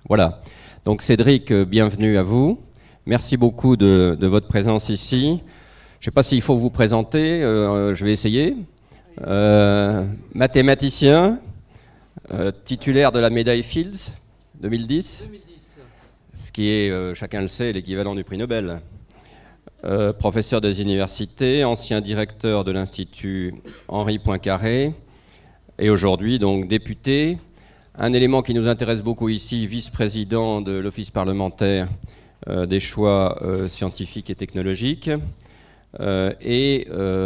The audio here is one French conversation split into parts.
Voilà. Donc Cédric, bienvenue à vous. Merci beaucoup de votre présence ici. Je ne sais pas s'il faut vous présenter, je vais essayer. Mathématicien, titulaire de la médaille Fields 2010, ce qui est, chacun le sait, l'équivalent du prix Nobel. Professeur des universités, ancien directeur de l'Institut Henri Poincaré, et aujourd'hui donc député. Un élément qui nous intéresse beaucoup ici, vice-président de l'Office parlementaire des choix scientifiques et technologiques, et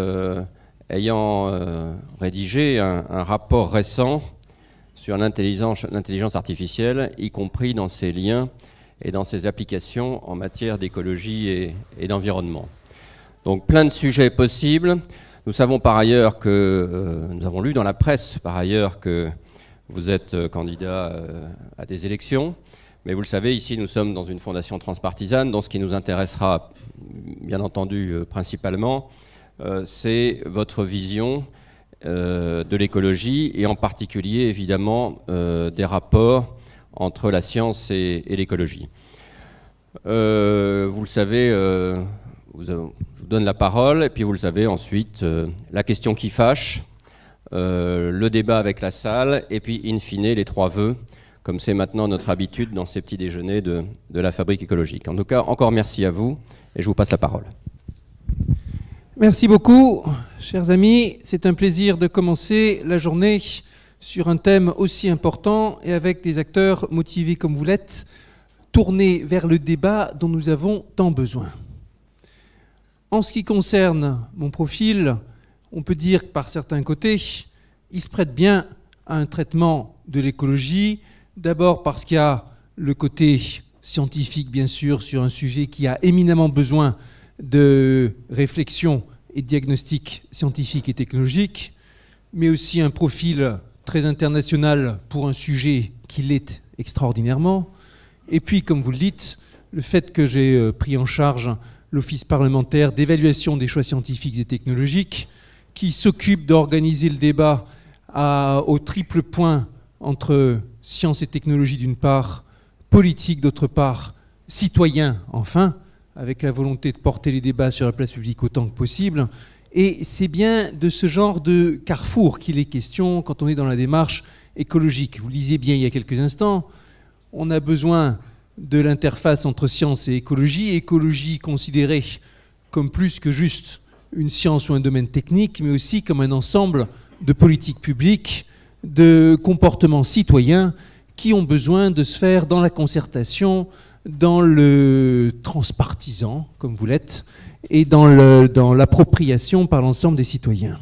ayant rédigé un rapport récent sur l'intelligence artificielle, y compris dans ses liens et dans ses applications en matière d'écologie et d'environnement. Donc plein de sujets possibles. Nous savons par ailleurs que, nous avons lu dans la presse par ailleurs que vous êtes candidat à des élections, mais vous le savez, ici nous sommes dans une fondation transpartisane, dont ce qui nous intéressera bien entendu principalement, c'est votre vision de l'écologie et en particulier évidemment des rapports entre la science et l'écologie. Vous le savez, je vous donne la parole, et puis vous le savez ensuite, la question qui fâche, le débat avec la salle, et puis in fine les 3 vœux, comme c'est maintenant notre habitude dans ces petits déjeuners de la Fabrique écologique. En tout cas, encore merci à vous, et je vous passe la parole. Merci beaucoup, chers amis. C'est un plaisir de commencer la journée sur un thème aussi important et avec des acteurs motivés comme vous l'êtes, tournés vers le débat dont nous avons tant besoin. En ce qui concerne mon profil, on peut dire que par certains côtés, il se prête bien à un traitement de l'écologie, d'abord parce qu'il y a le côté scientifique, bien sûr, sur un sujet qui a éminemment besoin de réflexion et de diagnostic scientifique et technologique, mais aussi un profil très international pour un sujet qui l'est extraordinairement. Et puis, comme vous le dites, le fait que j'ai pris en charge l'Office parlementaire d'évaluation des choix scientifiques et technologiques, qui s'occupe d'organiser le débat au triple point entre science et technologie d'une part, politique d'autre part, citoyen enfin, avec la volonté de porter les débats sur la place publique autant que possible. Et c'est bien de ce genre de carrefour qu'il est question quand on est dans la démarche écologique. Vous le disiez bien il y a quelques instants, on a besoin de l'interface entre science et écologie considérée comme plus que juste une science ou un domaine technique, mais aussi comme un ensemble de politiques publiques, de comportements citoyens qui ont besoin de se faire dans la concertation, dans le transpartisan, comme vous l'êtes, et dans l'appropriation par l'ensemble des citoyens.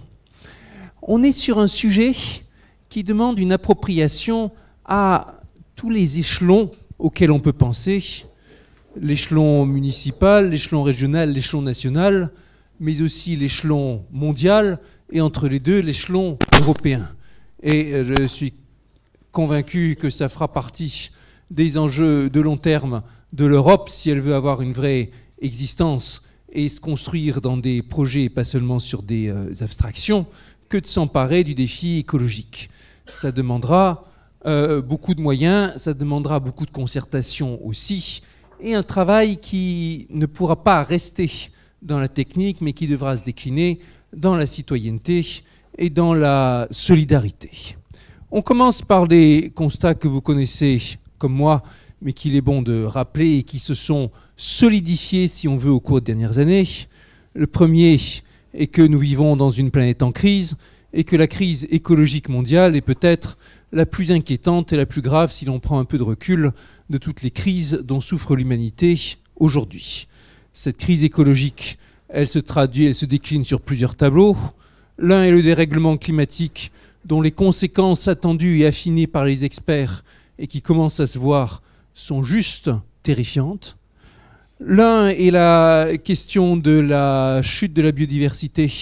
On est sur un sujet qui demande une appropriation à tous les échelons auxquels on peut penser, l'échelon municipal, l'échelon régional, l'échelon national, mais aussi l'échelon mondial, et entre les deux, l'échelon européen. Et je suis convaincu que ça fera partie des enjeux de long terme de l'Europe, si elle veut avoir une vraie existence et se construire dans des projets, pas seulement sur des abstractions, que de s'emparer du défi écologique. Ça demandera beaucoup de moyens, ça demandera beaucoup de concertation aussi, et un travail qui ne pourra pas rester dans la technique, mais qui devra se décliner dans la citoyenneté et dans la solidarité. On commence par des constats que vous connaissez comme moi, mais qu'il est bon de rappeler et qui se sont solidifiés, si on veut, au cours des dernières années. Le premier est que nous vivons dans une planète en crise et que la crise écologique mondiale est peut-être la plus inquiétante et la plus grave, si l'on prend un peu de recul, de toutes les crises dont souffre l'humanité aujourd'hui. Cette crise écologique, elle se décline sur plusieurs tableaux. L'un est le dérèglement climatique, dont les conséquences attendues et affinées par les experts et qui commencent à se voir sont juste terrifiantes. L'un est la question de la chute de la biodiversité.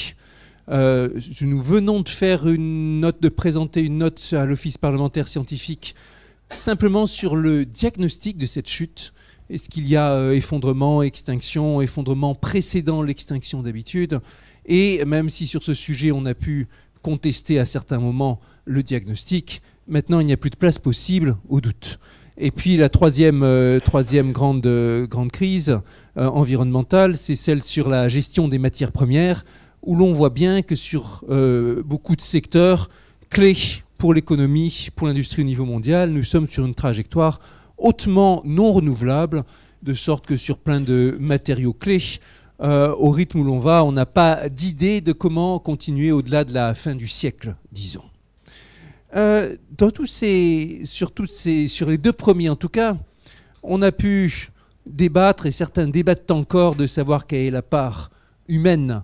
Nous venons de présenter une note à l'Office parlementaire scientifique simplement sur le diagnostic de cette chute. Est-ce qu'il y a effondrement, extinction, effondrement précédant l'extinction d'habitude? Et même si sur ce sujet on a pu contester à certains moments le diagnostic, maintenant il n'y a plus de place possible au doute. Et puis la troisième grande crise environnementale, c'est celle sur la gestion des matières premières, où l'on voit bien que sur beaucoup de secteurs clés pour l'économie, pour l'industrie au niveau mondial, nous sommes sur une trajectoire hautement non renouvelable, de sorte que sur plein de matériaux clés, au rythme où l'on va, on n'a pas d'idée de comment continuer au-delà de la fin du siècle, disons. Sur les deux premiers en tout cas, on a pu débattre, et certains débattent encore, de savoir quelle est la part humaine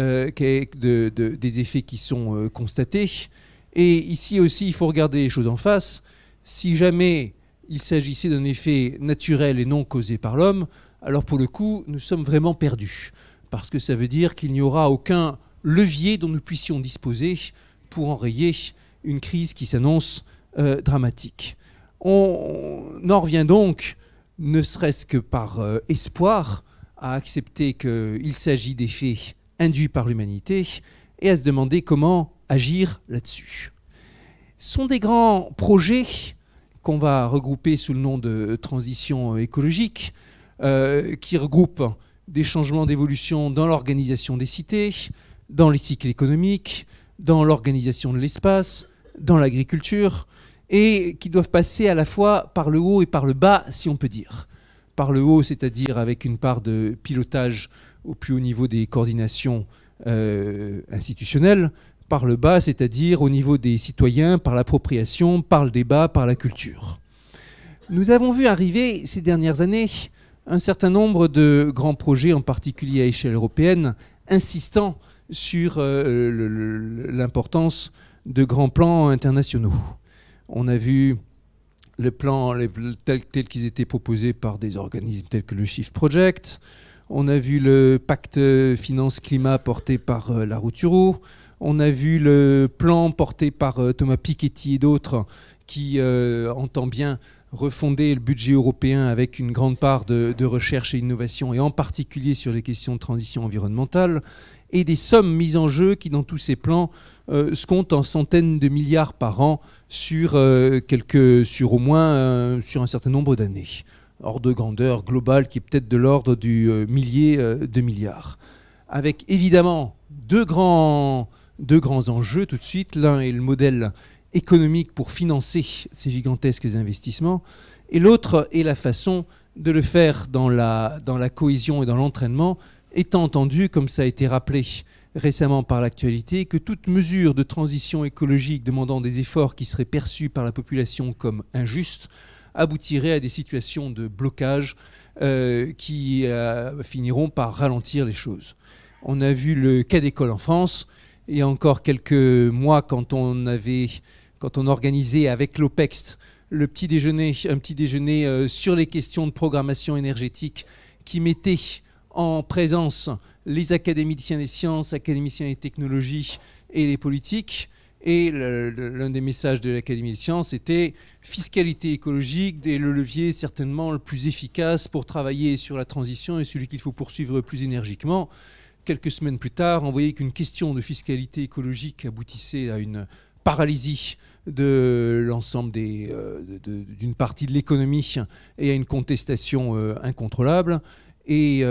des effets qui sont constatés. Et ici aussi, il faut regarder les choses en face. Si jamais il s'agissait d'un effet naturel et non causé par l'homme, alors pour le coup, nous sommes vraiment perdus. Parce que ça veut dire qu'il n'y aura aucun levier dont nous puissions disposer pour enrayer une crise qui s'annonce dramatique. On en revient donc, ne serait-ce que par espoir, à accepter qu'il s'agit d'effets induits par l'humanité et à se demander comment agir là-dessus. Ce sont des grands projets qu'on va regrouper sous le nom de transition écologique, qui regroupent des changements d'évolution dans l'organisation des cités, dans les cycles économiques, dans l'organisation de l'espace, dans l'agriculture, et qui doivent passer à la fois par le haut et par le bas, si on peut dire. Par le haut, c'est-à-dire avec une part de pilotage au plus haut niveau des coordinations institutionnelles, par le bas, c'est-à-dire au niveau des citoyens, par l'appropriation, par le débat, par la culture. Nous avons vu arriver ces dernières années un certain nombre de grands projets, en particulier à échelle européenne, insistant sur l'importance de grands plans internationaux. On a vu les plans tels qu'ils étaient proposés par des organismes tels que le Shift Project. On a vu le pacte finance-climat porté par Laruturu. On a vu le plan porté par Thomas Piketty et d'autres qui entend bien refonder le budget européen avec une grande part de recherche et innovation, et en particulier sur les questions de transition environnementale, et des sommes mises en jeu qui, dans tous ces plans, se comptent en centaines de milliards par an sur un certain nombre d'années. Ordre de grandeur globale qui est peut-être de l'ordre du millier de milliards. Avec évidemment deux grands enjeux tout de suite. L'un est le modèle économique pour financer ces gigantesques investissements, et l'autre est la façon de le faire dans la cohésion et dans l'entraînement, étant entendu, comme ça a été rappelé récemment par l'actualité, que toute mesure de transition écologique demandant des efforts qui seraient perçus par la population comme injustes aboutirait à des situations de blocage qui finiront par ralentir les choses. On a vu le cas d'école en France. Il y a encore quelques mois, quand on organisait avec l'OPEX un petit déjeuner sur les questions de programmation énergétique qui mettait en présence les académiciens des sciences, académiciens des technologies et les politiques. Et l'un des messages de l'Académie des sciences était fiscalité écologique, le levier certainement le plus efficace pour travailler sur la transition et celui qu'il faut poursuivre plus énergiquement. Quelques semaines plus tard, on voyait qu'une question de fiscalité écologique aboutissait à une paralysie de l'ensemble d'une partie de l'économie et à une contestation incontrôlable. Et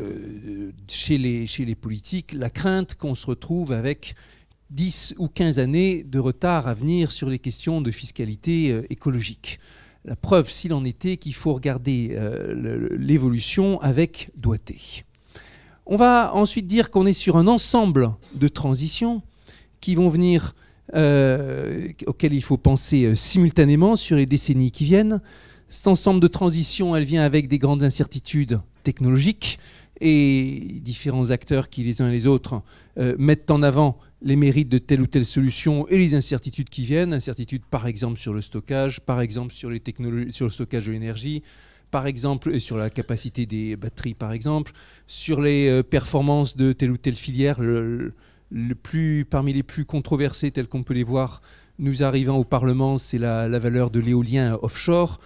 chez les politiques, la crainte qu'on se retrouve avec 10 ou 15 années de retard à venir sur les questions de fiscalité écologique. La preuve, s'il en était, qu'il faut regarder l'évolution avec doigté. On va ensuite dire qu'on est sur un ensemble de transitions qui vont venir, auxquelles il faut penser simultanément sur les décennies qui viennent. Cet ensemble de transitions, elle vient avec des grandes incertitudes technologiques, et différents acteurs qui, les uns et les autres, mettent en avant les mérites de telle ou telle solution et les incertitudes qui viennent. Incertitudes par exemple sur le stockage, par exemple sur les technologies, sur le stockage de l'énergie, par exemple, et sur la capacité des batteries, par exemple, sur les performances de telle ou telle filière, parmi les plus controversées telles qu'on peut les voir, nous arrivant au Parlement, c'est la valeur de l'éolien offshore,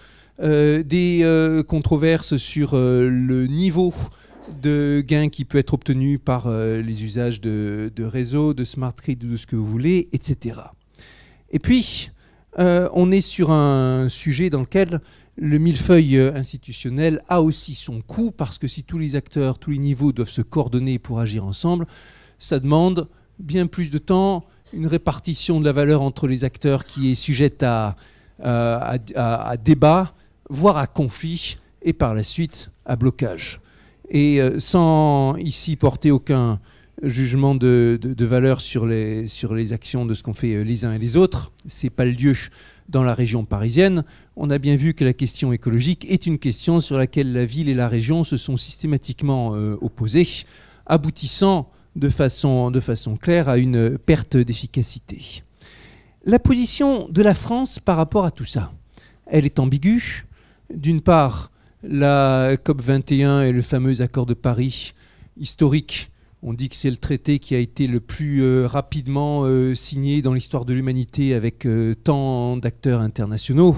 des controverses sur le niveau de gain qui peut être obtenu par les usages de réseaux, de smart grid, de ce que vous voulez, etc. Et puis, on est sur un sujet dans lequel le millefeuille institutionnel a aussi son coût, parce que si tous les acteurs, tous les niveaux doivent se coordonner pour agir ensemble, ça demande bien plus de temps, une répartition de la valeur entre les acteurs qui est sujette à débat, voire à conflit, et par la suite à blocage. Et sans ici porter aucun jugement de valeur sur les actions de ce qu'ont fait les uns et les autres, c'est pas le lieu dans la région parisienne. On a bien vu que la question écologique est une question sur laquelle la ville et la région se sont systématiquement opposées, aboutissant de façon claire à une perte d'efficacité. La position de la France par rapport à tout ça, elle est ambiguë. D'une part, la COP21 et le fameux accord de Paris historique, on dit que c'est le traité qui a été le plus rapidement signé dans l'histoire de l'humanité avec tant d'acteurs internationaux,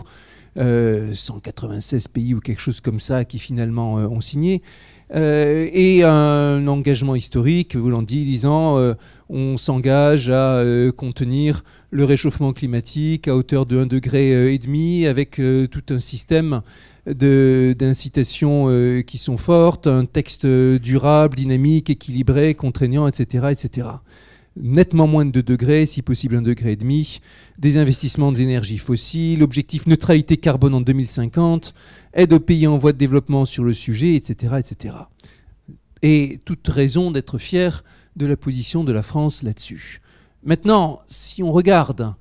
196 pays ou quelque chose comme ça qui finalement ont signé, et un engagement historique voulant disant on s'engage à contenir le réchauffement climatique à hauteur de 1,5 degré avec tout un système d'incitations qui sont fortes, un texte durable, dynamique, équilibré, contraignant, etc., etc. Nettement moins de 2 degrés, si possible 1,5 degré, des investissements des énergies fossiles, objectif neutralité carbone en 2050, aide aux pays en voie de développement sur le sujet, etc., etc. Et toute raison d'être fier de la position de la France là-dessus. Maintenant, si on regarde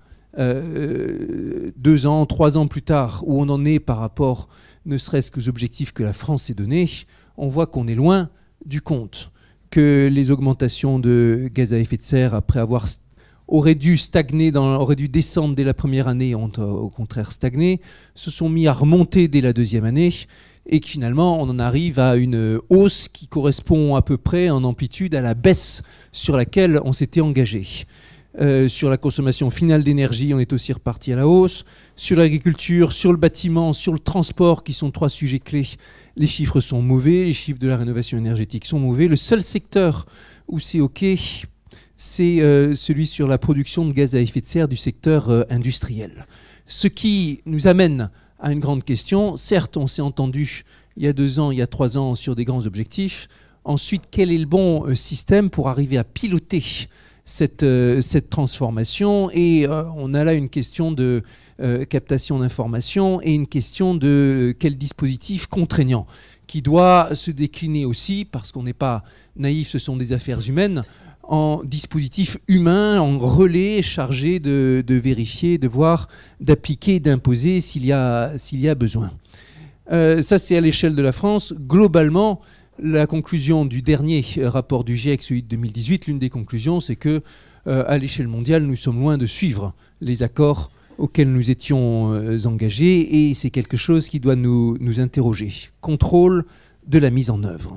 2 ans, 3 ans plus tard, où on en est par rapport ne serait-ce qu'aux objectifs que la France s'est donnés, on voit qu'on est loin du compte, que les augmentations de gaz à effet de serre, après avoir auraient dû descendre dès la première année, ont au contraire stagné, se sont mis à remonter dès la deuxième année, et que finalement on en arrive à une hausse qui correspond à peu près en amplitude à la baisse sur laquelle on s'était engagé. Sur la consommation finale d'énergie, on est aussi reparti à la hausse. Sur l'agriculture, sur le bâtiment, sur le transport, qui sont 3 sujets clés, les chiffres sont mauvais, les chiffres de la rénovation énergétique sont mauvais. Le seul secteur où c'est OK, c'est celui sur la production de gaz à effet de serre du secteur industriel. Ce qui nous amène à une grande question. Certes, on s'est entendu il y a 2 ans, il y a 3 ans sur des grands objectifs. Ensuite, quel est le bon système pour arriver à piloter cette transformation, et on a là une question de captation d'informations et une question de quel dispositif contraignant qui doit se décliner aussi, parce qu'on n'est pas naïf, ce sont des affaires humaines, en dispositif humain, en relais chargé de vérifier, de voir, d'appliquer, d'imposer s'il y a besoin. Ça, c'est à l'échelle de la France. Globalement, la conclusion du dernier rapport du GIEC, celui de 2018, l'une des conclusions, c'est que à l'échelle mondiale, nous sommes loin de suivre les accords auxquels nous étions engagés, et c'est quelque chose qui doit nous interroger. Contrôle de la mise en œuvre.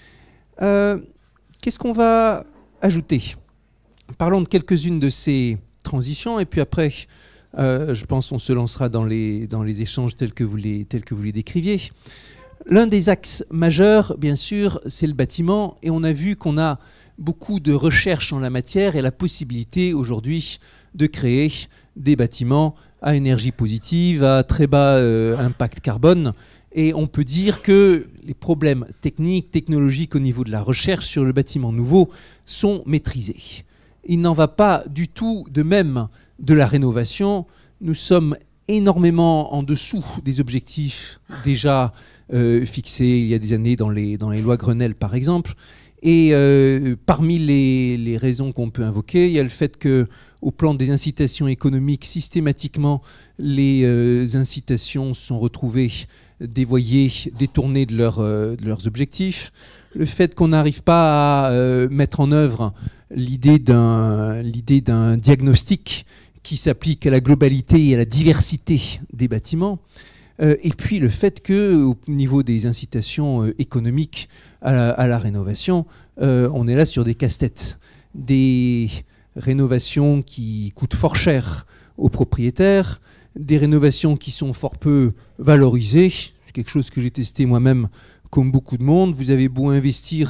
Qu'est-ce qu'on va ajouter? Parlons de quelques-unes de ces transitions, et puis après, je pense qu'on se lancera dans les échanges tels que vous les décriviez. L'un des axes majeurs, bien sûr, c'est le bâtiment, et on a vu qu'on a beaucoup de recherches en la matière et la possibilité aujourd'hui de créer des bâtiments à énergie positive, à très bas impact carbone, et on peut dire que les problèmes techniques, technologiques au niveau de la recherche sur le bâtiment nouveau sont maîtrisés. Il n'en va pas du tout de même de la rénovation. Nous sommes énormément en dessous des objectifs déjà fixés il y a des années dans les lois Grenelle, par exemple. Et parmi les raisons qu'on peut invoquer, il y a le fait qu'au plan des incitations économiques, systématiquement, les incitations sont retrouvées dévoyées, détournées de leurs objectifs. Le fait qu'on n'arrive pas à mettre en œuvre l'idée d'un diagnostic qui s'applique à la globalité et à la diversité des bâtiments. Et puis le fait qu'au niveau des incitations économiques à la rénovation, on est là sur des casse-têtes. Des rénovations qui coûtent fort cher aux propriétaires, des rénovations qui sont fort peu valorisées. C'est quelque chose que j'ai testé moi-même comme beaucoup de monde. Vous avez beau investir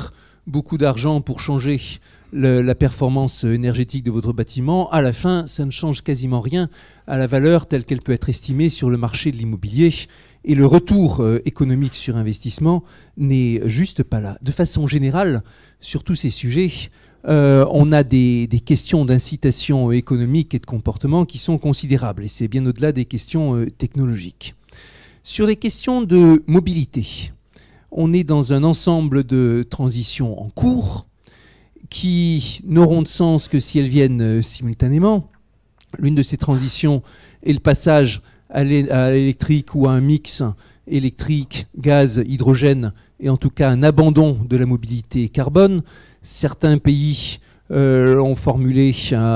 beaucoup d'argent pour changer la performance énergétique de votre bâtiment, à la fin, ça ne change quasiment rien à la valeur telle qu'elle peut être estimée sur le marché de l'immobilier. Et le retour économique sur investissement n'est juste pas là. De façon générale, sur tous ces sujets, on a des questions d'incitation économique et de comportement qui sont considérables. Et c'est bien au-delà des questions technologiques. Sur les questions de mobilité, on est dans un ensemble de transitions en cours qui n'auront de sens que si elles viennent simultanément. L'une de ces transitions est le passage à l'électrique ou à un mix électrique, gaz, hydrogène, et en tout cas un abandon de la mobilité carbone. Certains pays ont formulé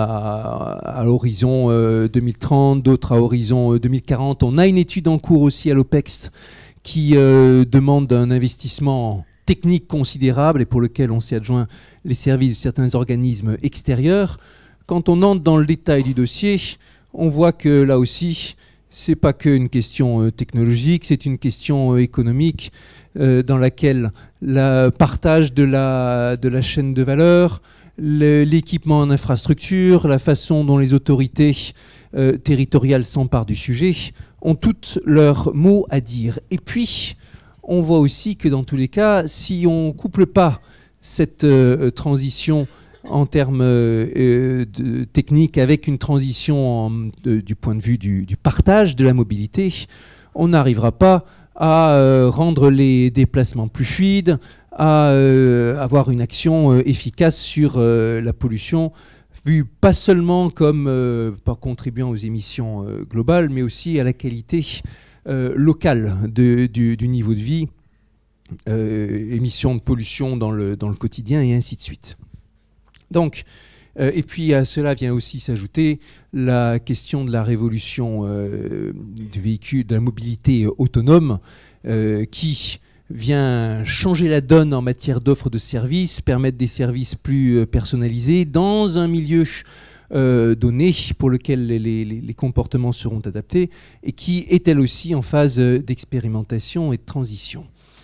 à horizon 2030, d'autres à horizon 2040. On a une étude en cours aussi à l'OPEX qui demande un investissement technique considérable et pour lequel on s'est adjoint les services de certains organismes extérieurs. Quand on entre dans le détail du dossier, on voit que là aussi, c'est pas qu'une question technologique, c'est une question économique dans laquelle le partage de la chaîne de valeur, l'équipement en infrastructure, la façon dont les autorités territoriales s'emparent du sujet ont toutes leurs mots à dire. Et puis, on voit aussi que dans tous les cas, si on ne couple pas cette transition en termes techniques avec une transition du point de vue du partage de la mobilité, on n'arrivera pas à rendre les déplacements plus fluides, à avoir une action efficace sur la pollution, vue pas seulement comme pas contribuant aux émissions globales, mais aussi à la qualité locale du niveau de vie, émissions de pollution dans le quotidien et ainsi de suite. Donc, et puis à cela vient aussi s'ajouter la question de la révolution du véhicule, de la mobilité autonome qui vient changer la donne en matière d'offres de services, permettre des services plus personnalisés dans un milieu donné pour lequel les comportements seront adaptés et qui est elle aussi en phase d'expérimentation et de transition.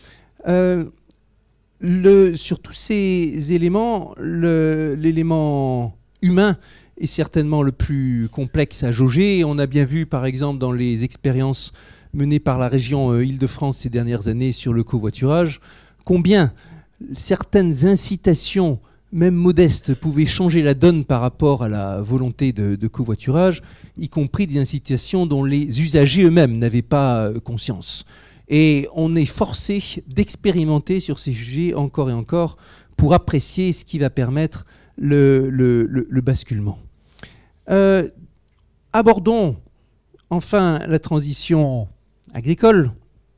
Sur tous ces éléments, l'élément humain est certainement le plus complexe à jauger. On a bien vu, par exemple, dans les expériences menées par la région Île-de-France ces dernières années sur le covoiturage, combien certaines incitations, même modestes, pouvaient changer la donne par rapport à la volonté de covoiturage, y compris des incitations dont les usagers eux-mêmes n'avaient pas conscience. Et on est forcé d'expérimenter sur ces sujets encore et encore pour apprécier ce qui va permettre le basculement. Abordons enfin la transition agricole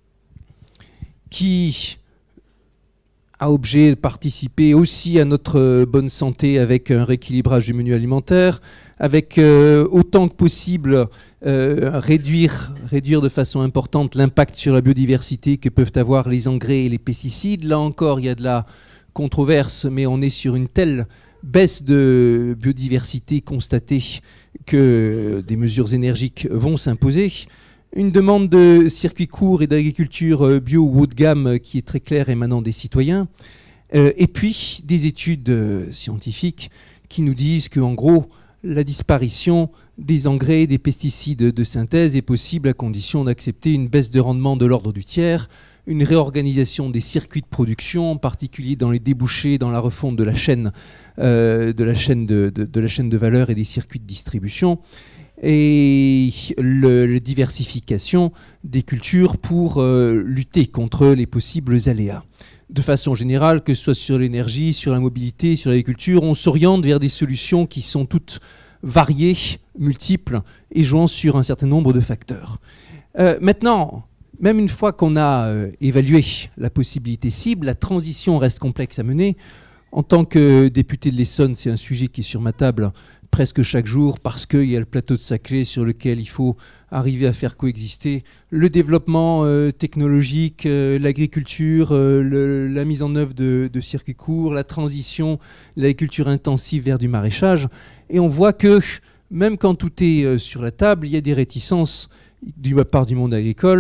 qui a objet de participer aussi à notre bonne santé avec un rééquilibrage du menu alimentaire, avec autant que possible réduire de façon importante l'impact sur la biodiversité que peuvent avoir les engrais et les pesticides. Là encore, il y a de la controverse, mais on est sur une telle baisse de biodiversité constatée que des mesures énergiques vont s'imposer. Une demande de circuits courts et d'agriculture bio ou haut de gamme qui est très claire émanant des citoyens. Et puis des études scientifiques qui nous disent qu'en gros, la disparition des engrais et des pesticides de synthèse est possible à condition d'accepter une baisse de rendement de l'ordre du tiers, une réorganisation des circuits de production, en particulier dans les débouchés, dans la refonte de la chaîne de valeur et des circuits de distribution, et la diversification des cultures pour lutter contre les possibles aléas. De façon générale, que ce soit sur l'énergie, sur la mobilité, sur l'agriculture, on s'oriente vers des solutions qui sont toutes variées, multiples et jouant sur un certain nombre de facteurs. Maintenant, même une fois qu'on a évalué la possibilité cible, la transition reste complexe à mener. En tant que député de l'Essonne, c'est un sujet qui est sur ma table presque chaque jour parce qu'il y a le plateau de Saclay sur lequel il faut arriver à faire coexister le développement technologique, l'agriculture, la mise en œuvre de circuits courts, la transition, l'agriculture intensive vers du maraîchage. Et on voit que même quand tout est sur la table, il y a des réticences de la part du monde agricole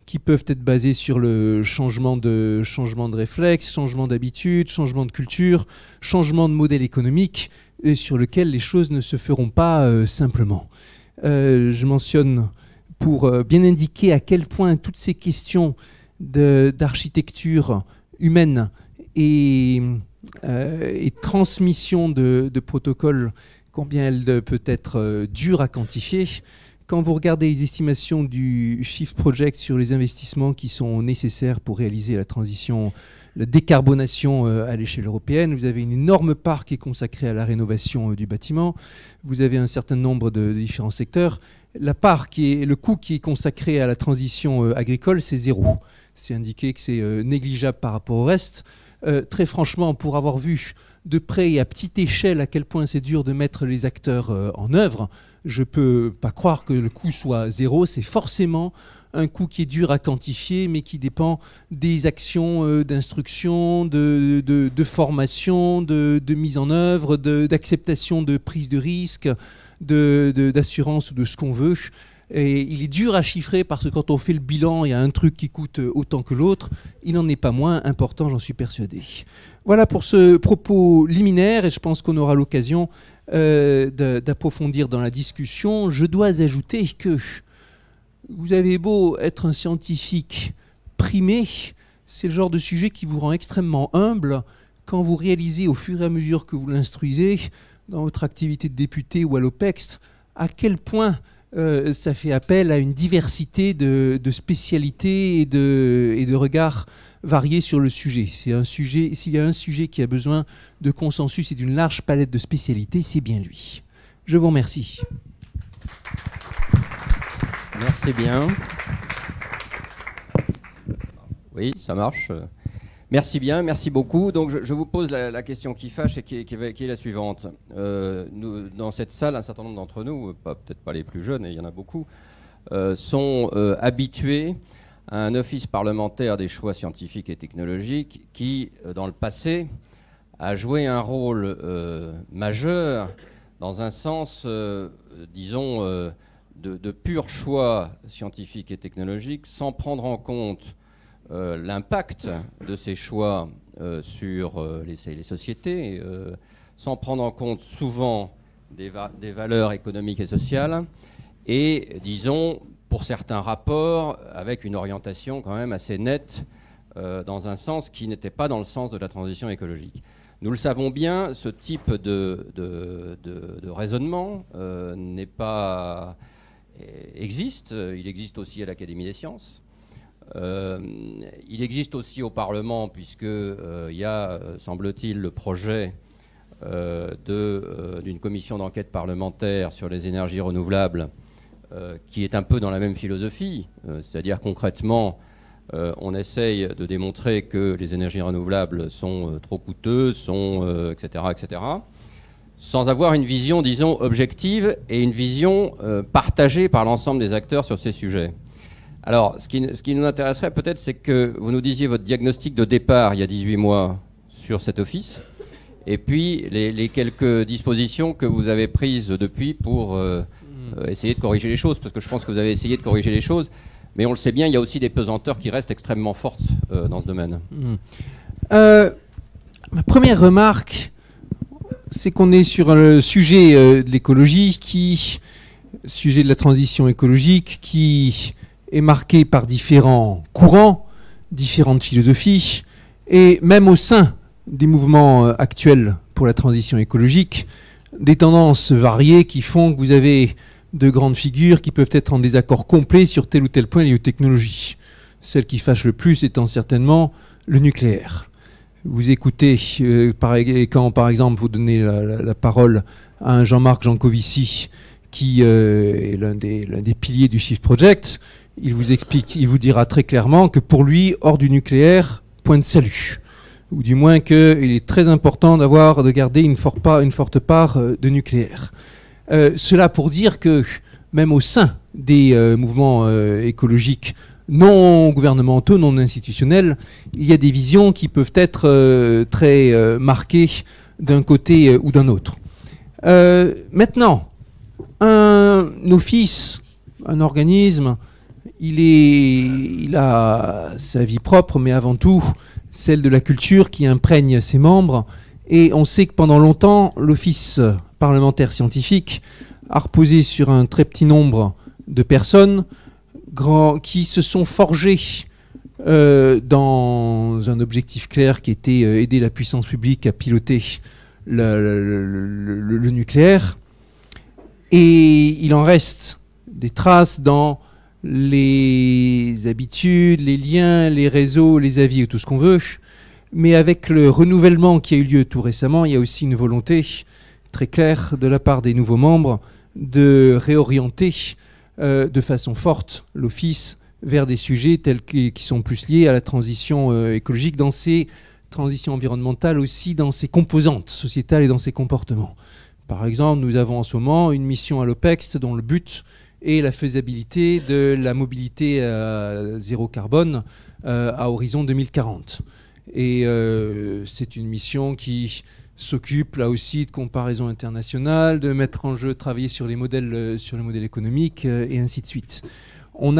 qui peuvent être basés sur le changement de réflexe, changement d'habitude, changement de culture, changement de modèle économique, et sur lequel les choses ne se feront pas simplement. Je mentionne pour bien indiquer à quel point toutes ces questions d'architecture humaine et transmission de protocoles, combien elle peut être dure à quantifier. Quand vous regardez les estimations du Shift Project sur les investissements qui sont nécessaires pour réaliser la décarbonation à l'échelle européenne, vous avez une énorme part qui est consacrée à la rénovation du bâtiment. Vous avez un certain nombre de différents secteurs. La part le coût qui est consacré à la transition agricole, c'est 0. C'est indiqué que c'est négligeable par rapport au reste. Très franchement, pour avoir vu de près et à petite échelle à quel point c'est dur de mettre les acteurs en œuvre, je ne peux pas croire que le coût soit 0. C'est forcément un coût qui est dur à quantifier, mais qui dépend des actions d'instruction, de formation, de mise en œuvre, d'acceptation de prise de risque, d'assurance ou de ce qu'on veut. Et il est dur à chiffrer parce que quand on fait le bilan, il y a un truc qui coûte autant que l'autre. Il n'en est pas moins important, j'en suis persuadé. Voilà pour ce propos liminaire, et je pense qu'on aura l'occasion d'approfondir dans la discussion. Je dois ajouter que vous avez beau être un scientifique primé, c'est le genre de sujet qui vous rend extrêmement humble quand vous réalisez au fur et à mesure que vous l'instruisez dans votre activité de député ou à l'OPEX, à quel point ça fait appel à une diversité de spécialités et de regards variés sur le sujet. S'il y a un sujet qui a besoin de consensus et d'une large palette de spécialités, c'est bien lui. Je vous remercie. Merci bien. Oui, ça marche. Merci bien, merci beaucoup. Donc je vous pose la question qui fâche et qui est la suivante. Nous, dans cette salle, un certain nombre d'entre nous, peut-être pas les plus jeunes, et il y en a beaucoup, sont habitués à un office parlementaire des choix scientifiques et technologiques qui, dans le passé, a joué un rôle majeur dans un sens, disons, de pur choix scientifique et technologique, sans prendre en compte l'impact de ces choix sur les sociétés, sans prendre en compte souvent des valeurs économiques et sociales, et, disons, pour certains rapports, avec une orientation quand même assez nette dans un sens qui n'était pas dans le sens de la transition écologique. Nous le savons bien, ce type de raisonnement existe. Il existe aussi à l'Académie des sciences. Il existe aussi au Parlement, puisqu'il y a, semble-t-il, le projet d'une commission d'enquête parlementaire sur les énergies renouvelables qui est un peu dans la même philosophie, c'est-à-dire concrètement, on essaye de démontrer que les énergies renouvelables sont trop coûteuses, etc., etc., sans avoir une vision, disons, objective et une vision partagée par l'ensemble des acteurs sur ces sujets. Alors, ce qui nous intéresserait peut-être, c'est que vous nous disiez votre diagnostic de départ il y a 18 mois sur cet office, et puis les quelques dispositions que vous avez prises depuis pour essayer de corriger les choses, parce que je pense que vous avez essayé de corriger les choses, mais on le sait bien, il y a aussi des pesanteurs qui restent extrêmement fortes dans ce domaine. Ma première remarque, c'est qu'on est sur le sujet de l'écologie, sujet de la transition écologique, qui est marqué par différents courants, différentes philosophies, et même au sein des mouvements actuels pour la transition écologique, des tendances variées qui font que vous avez de grandes figures qui peuvent être en désaccord complet sur tel ou tel point lié aux technologies. Celle qui fâche le plus étant certainement le nucléaire. Vous écoutez, quand par exemple vous donnez la parole à un Jean-Marc Jancovici, qui est l'un des piliers du Shift Project, il vous explique, il vous dira très clairement que pour lui, hors du nucléaire, point de salut. Ou du moins qu'il est très important de garder une forte part de nucléaire. Cela pour dire que même au sein des mouvements écologiques non gouvernementaux, non institutionnels, il y a des visions qui peuvent être très marquées d'un côté ou d'un autre. Maintenant, un office, un organisme il a sa vie propre, mais avant tout celle de la culture qui imprègne ses membres. Et on sait que pendant longtemps, l'Office parlementaire scientifique a reposé sur un très petit nombre de personnes qui se sont forgées dans un objectif clair qui était aider la puissance publique à piloter le nucléaire. Et il en reste des traces dans les habitudes, les liens, les réseaux, les avis et tout ce qu'on veut. Mais avec le renouvellement qui a eu lieu tout récemment, il y a aussi une volonté très claire de la part des nouveaux membres de réorienter de façon forte l'Office vers des sujets tels qui sont plus liés à la transition écologique, dans ses transitions environnementales aussi, dans ses composantes sociétales et dans ses comportements. Par exemple, nous avons en ce moment une mission à l'OPEX dont le but est la faisabilité de la mobilité zéro carbone à horizon 2040. Et c'est une mission qui s'occupe là aussi de comparaison internationale, de mettre en jeu, travailler sur les modèles économiques et ainsi de suite. On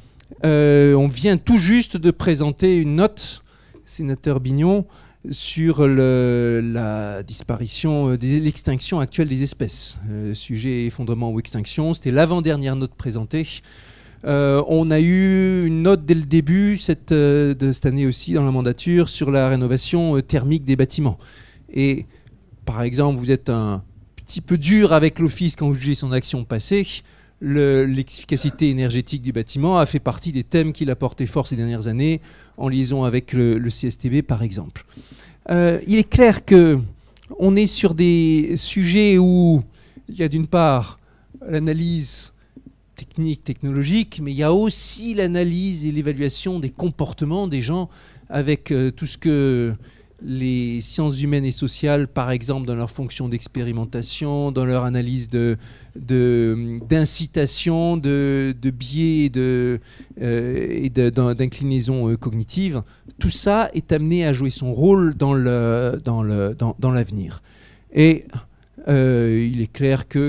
vient tout juste de présenter une note, sénateur Bignon, sur la disparition, l'extinction actuelle des espèces. Sujet effondrement ou extinction, c'était l'avant-dernière note présentée. On a eu une note dès le début de cette année aussi dans la mandature sur la rénovation thermique des bâtiments. Et par exemple, vous êtes un petit peu dur avec l'Office quand vous jugez son action passée. L'efficacité énergétique du bâtiment a fait partie des thèmes qu'il a porté fort ces dernières années, en liaison avec le CSTB par exemple. Il est clair qu'on est sur des sujets où il y a d'une part l'analyse technique, technologique, mais il y a aussi l'analyse et l'évaluation des comportements des gens avec tout ce que les sciences humaines et sociales, par exemple, dans leur fonction d'expérimentation, dans leur analyse d'incitation, de biais et d'inclinaison cognitive, tout ça est amené à jouer son rôle dans l'avenir. Et il est clair que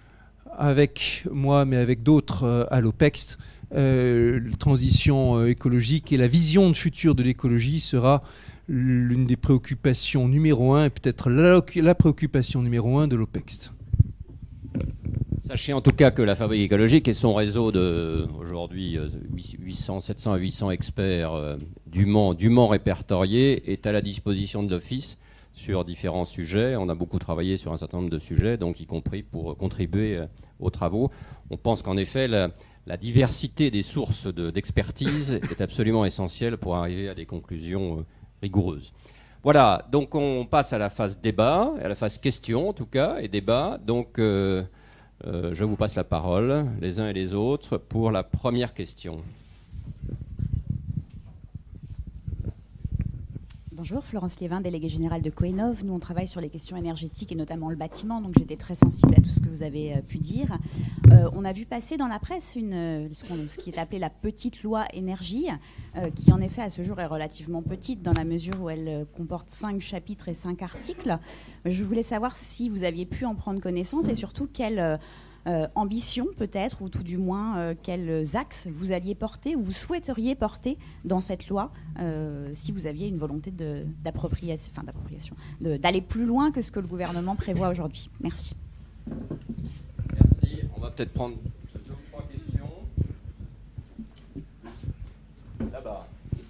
avec moi, mais avec d'autres à l'OPEX, la transition écologique et la vision de futur de l'écologie sera l'une des préoccupations numéro 1 et peut-être la préoccupation numéro 1 de l'OPEX. Sachez en tout cas que la Fabrique écologique et son réseau de aujourd'hui 700 à 800 experts dûment répertoriés est à la disposition de l'Office sur différents sujets. On a beaucoup travaillé sur un certain nombre de sujets, donc y compris pour contribuer aux travaux. On pense qu'en effet, la diversité des sources d'expertise est absolument essentielle pour arriver à des conclusions rigoureuses. Voilà, donc on passe à la phase débat, à la phase question en tout cas, et débat. Donc je vous passe la parole, les uns et les autres, pour la première question. Bonjour, Florence Liévin, déléguée générale de Coenov. Nous, on travaille sur les questions énergétiques et notamment le bâtiment, donc j'étais très sensible à tout ce que vous avez pu dire. On a vu passer dans la presse ce qui est appelé la petite loi énergie, qui en effet à ce jour est relativement petite dans la mesure où elle comporte 5 chapitres et 5 articles. Je voulais savoir si vous aviez pu en prendre connaissance et surtout quelle ambition peut-être, ou tout du moins quels axes vous alliez porter ou vous souhaiteriez porter dans cette loi si vous aviez une volonté d'appropriation, d'aller plus loin que ce que le gouvernement prévoit aujourd'hui. Merci. Merci. On va peut-être prendre 2 ou 3 questions. Là-bas.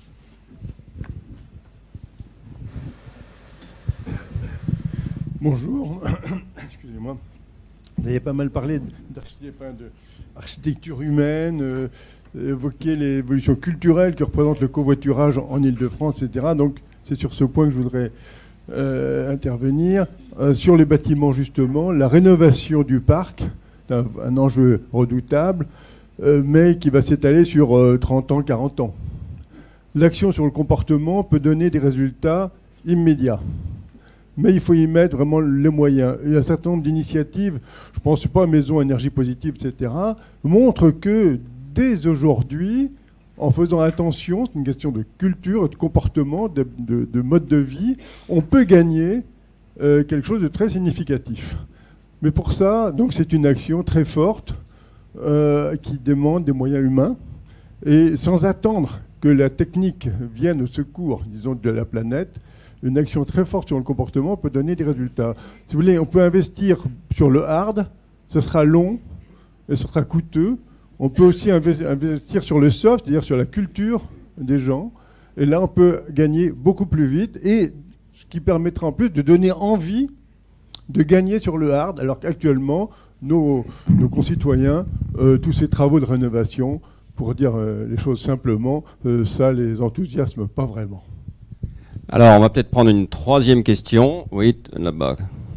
Bonjour. Excusez-moi. Vous avez pas mal parlé d'architecture humaine, évoqué l'évolution culturelle que représente le covoiturage en Ile-de-France, etc. Donc c'est sur ce point que je voudrais intervenir. Sur les bâtiments, justement, la rénovation du parc, un enjeu redoutable, mais qui va s'étaler sur 30 ans, 40 ans. L'action sur le comportement peut donner des résultats immédiats. Mais il faut y mettre vraiment les moyens. Il y a un certain nombre d'initiatives, je ne pense pas à Maison Énergie Positive, etc., montrent que dès aujourd'hui, en faisant attention, c'est une question de culture, de comportement, de mode de vie, on peut gagner quelque chose de très significatif. Mais pour ça, donc c'est une action très forte qui demande des moyens humains. Et sans attendre que la technique vienne au secours, disons, de la planète, une action très forte sur le comportement peut donner des résultats. Si vous voulez, on peut investir sur le hard, ce sera long et ce sera coûteux. On peut aussi investir sur le soft, c'est-à-dire sur la culture des gens. Et là, on peut gagner beaucoup plus vite, et ce qui permettra en plus de donner envie de gagner sur le hard, alors qu'actuellement, nos concitoyens, tous ces travaux de rénovation, pour dire les choses simplement, ça les enthousiasme pas vraiment. Alors, on va peut-être prendre une troisième question. Oui, là-bas.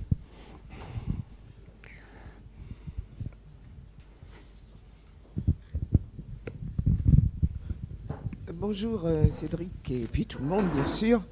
Bonjour Cédric et puis tout le monde, bien sûr.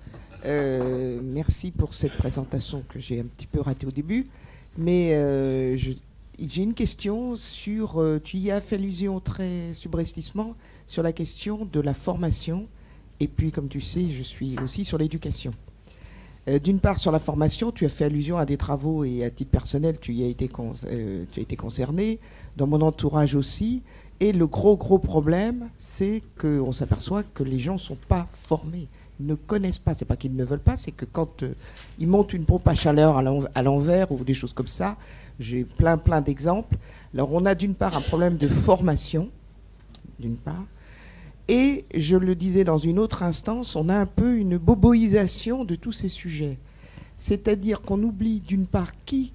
Merci pour cette présentation que j'ai un petit peu ratée au début. Mais j'ai une question sur... tu y as fait allusion très subrepticement sur la question de la formation. Et puis, comme tu sais, je suis aussi sur l'éducation. D'une part, sur la formation, tu as fait allusion à des travaux et à titre personnel, tu as été concerné. Dans mon entourage aussi. Et le gros problème, c'est qu'on s'aperçoit que les gens ne sont pas formés, ils ne connaissent pas. C'est pas qu'ils ne veulent pas, c'est que quand ils montent une pompe à chaleur à l'envers ou des choses comme ça, j'ai plein d'exemples. Alors on a d'une part un problème de formation, d'une part, et je le disais dans une autre instance, on a un peu une boboisation de tous ces sujets. C'est-à-dire qu'on oublie d'une part qui,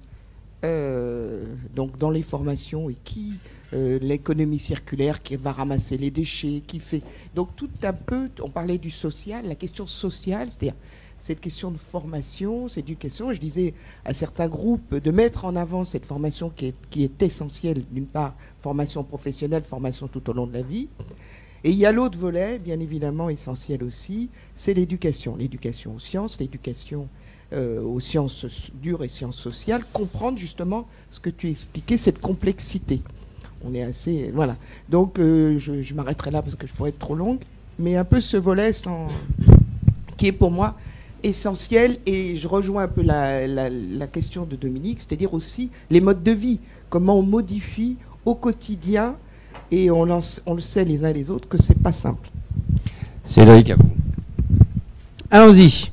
donc dans les formations, et qui... l'économie circulaire qui va ramasser les déchets, qui fait... Donc tout un peu, on parlait du social, la question sociale, c'est-à-dire cette question de formation, c'est éducation. Je disais à certains groupes de mettre en avant cette formation qui est essentielle, d'une part, formation professionnelle, formation tout au long de la vie. Et il y a l'autre volet, bien évidemment essentiel aussi, c'est l'éducation. L'éducation aux sciences, l'éducation aux sciences dures et sciences sociales, comprendre justement ce que tu expliquais, cette complexité. On est assez... Voilà. Donc, je m'arrêterai là parce que je pourrais être trop longue. Mais un peu ce volet qui est pour moi essentiel. Et je rejoins un peu la question de Dominique, c'est-à-dire aussi les modes de vie. Comment on modifie au quotidien. Et on le sait les uns et les autres que c'est pas simple. Cédric, à vous. Allons-y.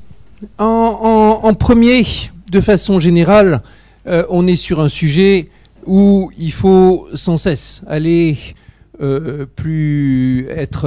En premier, de façon générale, on est sur un sujet... où il faut sans cesse aller plus être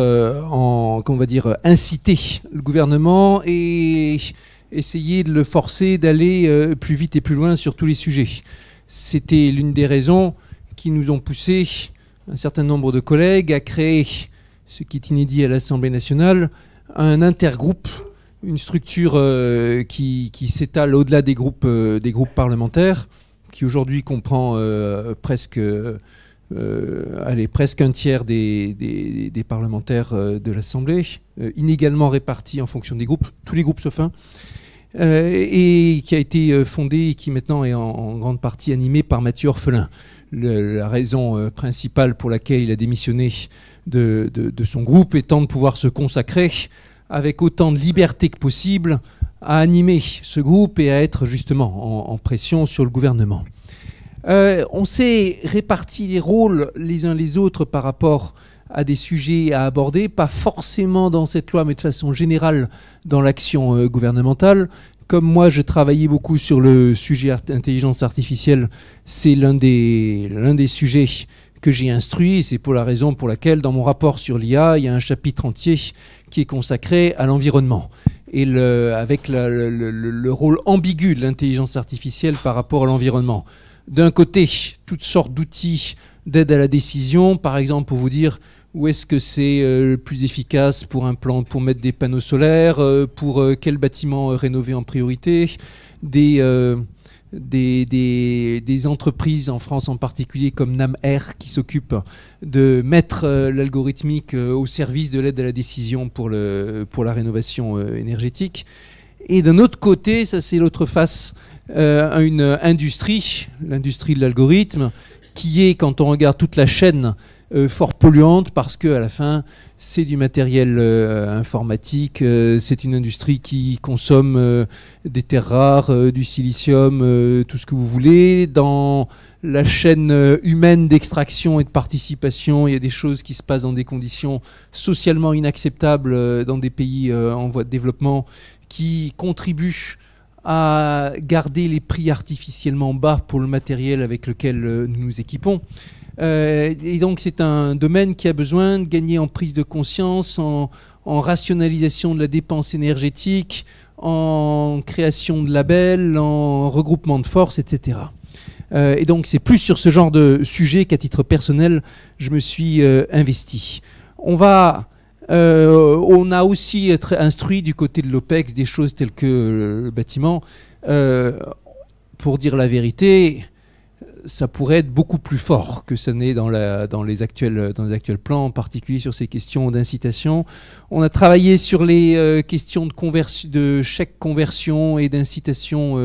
inciter le gouvernement et essayer de le forcer d'aller plus vite et plus loin sur tous les sujets. C'était l'une des raisons qui nous ont poussé un certain nombre de collègues à créer, ce qui est inédit à l'Assemblée nationale, un intergroupe, une structure qui s'étale au-delà des groupes parlementaires, qui aujourd'hui comprend presque un tiers des parlementaires de l'Assemblée, inégalement répartis en fonction des groupes, tous les groupes sauf un, et qui a été fondé et qui maintenant est en grande partie animé par Mathieu Orphelin. La raison principale pour laquelle il a démissionné de son groupe étant de pouvoir se consacrer avec autant de liberté que possible à animer ce groupe et à être justement en pression sur le gouvernement. On s'est réparti les rôles les uns les autres par rapport à des sujets à aborder, pas forcément dans cette loi, mais de façon générale dans l'action gouvernementale. Comme moi, je travaillais beaucoup sur le sujet intelligence artificielle, c'est l'un des sujets que j'ai instruit. C'est pour la raison pour laquelle, dans mon rapport sur l'IA, il y a un chapitre entier qui est consacré à l'environnement. Et avec le rôle ambigu de l'intelligence artificielle par rapport à l'environnement. D'un côté, toutes sortes d'outils d'aide à la décision, par exemple pour vous dire où est-ce que c'est le plus efficace pour mettre des panneaux solaires, pour quel bâtiment rénover en priorité, des entreprises en France en particulier comme NamR qui s'occupent de mettre l'algorithmique au service de l'aide à la décision pour la rénovation énergétique. Et d'un autre côté, ça c'est l'autre face, une industrie, l'industrie de l'algorithme, qui est, quand on regarde toute la chaîne fort polluante parce qu'à la fin, c'est du matériel informatique, c'est une industrie qui consomme des terres rares, du silicium, tout ce que vous voulez. Dans la chaîne humaine d'extraction et de participation, il y a des choses qui se passent dans des conditions socialement inacceptables dans des pays en voie de développement qui contribuent à garder les prix artificiellement bas pour le matériel avec lequel nous nous équipons. Et donc c'est un domaine qui a besoin de gagner en prise de conscience, en rationalisation de la dépense énergétique, en création de labels, en regroupement de forces, etc. Et donc c'est plus sur ce genre de sujet qu'à titre personnel je me suis investi. On a aussi instruit du côté de l'OPEX des choses telles que le bâtiment. Pour dire la vérité, ça pourrait être beaucoup plus fort que ça n'est dans les actuels plans, en particulier sur ces questions d'incitation. On a travaillé sur les questions de chèque conversion et d'incitation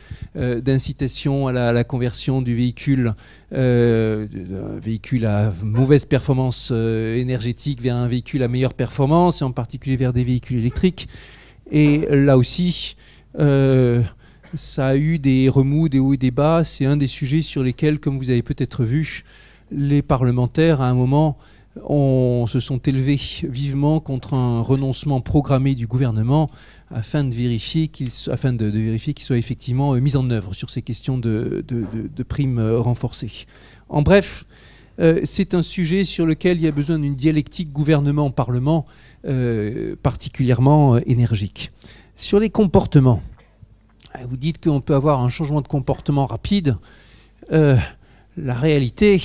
à la conversion du véhicule, d'un véhicule à mauvaise performance énergétique vers un véhicule à meilleure performance, et en particulier vers des véhicules électriques. Et là aussi, ça a eu des remous, des hauts et des bas. C'est un des sujets sur lesquels, comme vous avez peut-être vu, les parlementaires, à un moment, se sont élevés vivement contre un renoncement programmé du gouvernement afin de vérifier qu'il soit effectivement mis en œuvre sur ces questions de primes renforcées. En bref, c'est un sujet sur lequel il y a besoin d'une dialectique gouvernement-parlement particulièrement énergique. Sur les comportements, vous dites qu'on peut avoir un changement de comportement rapide. La réalité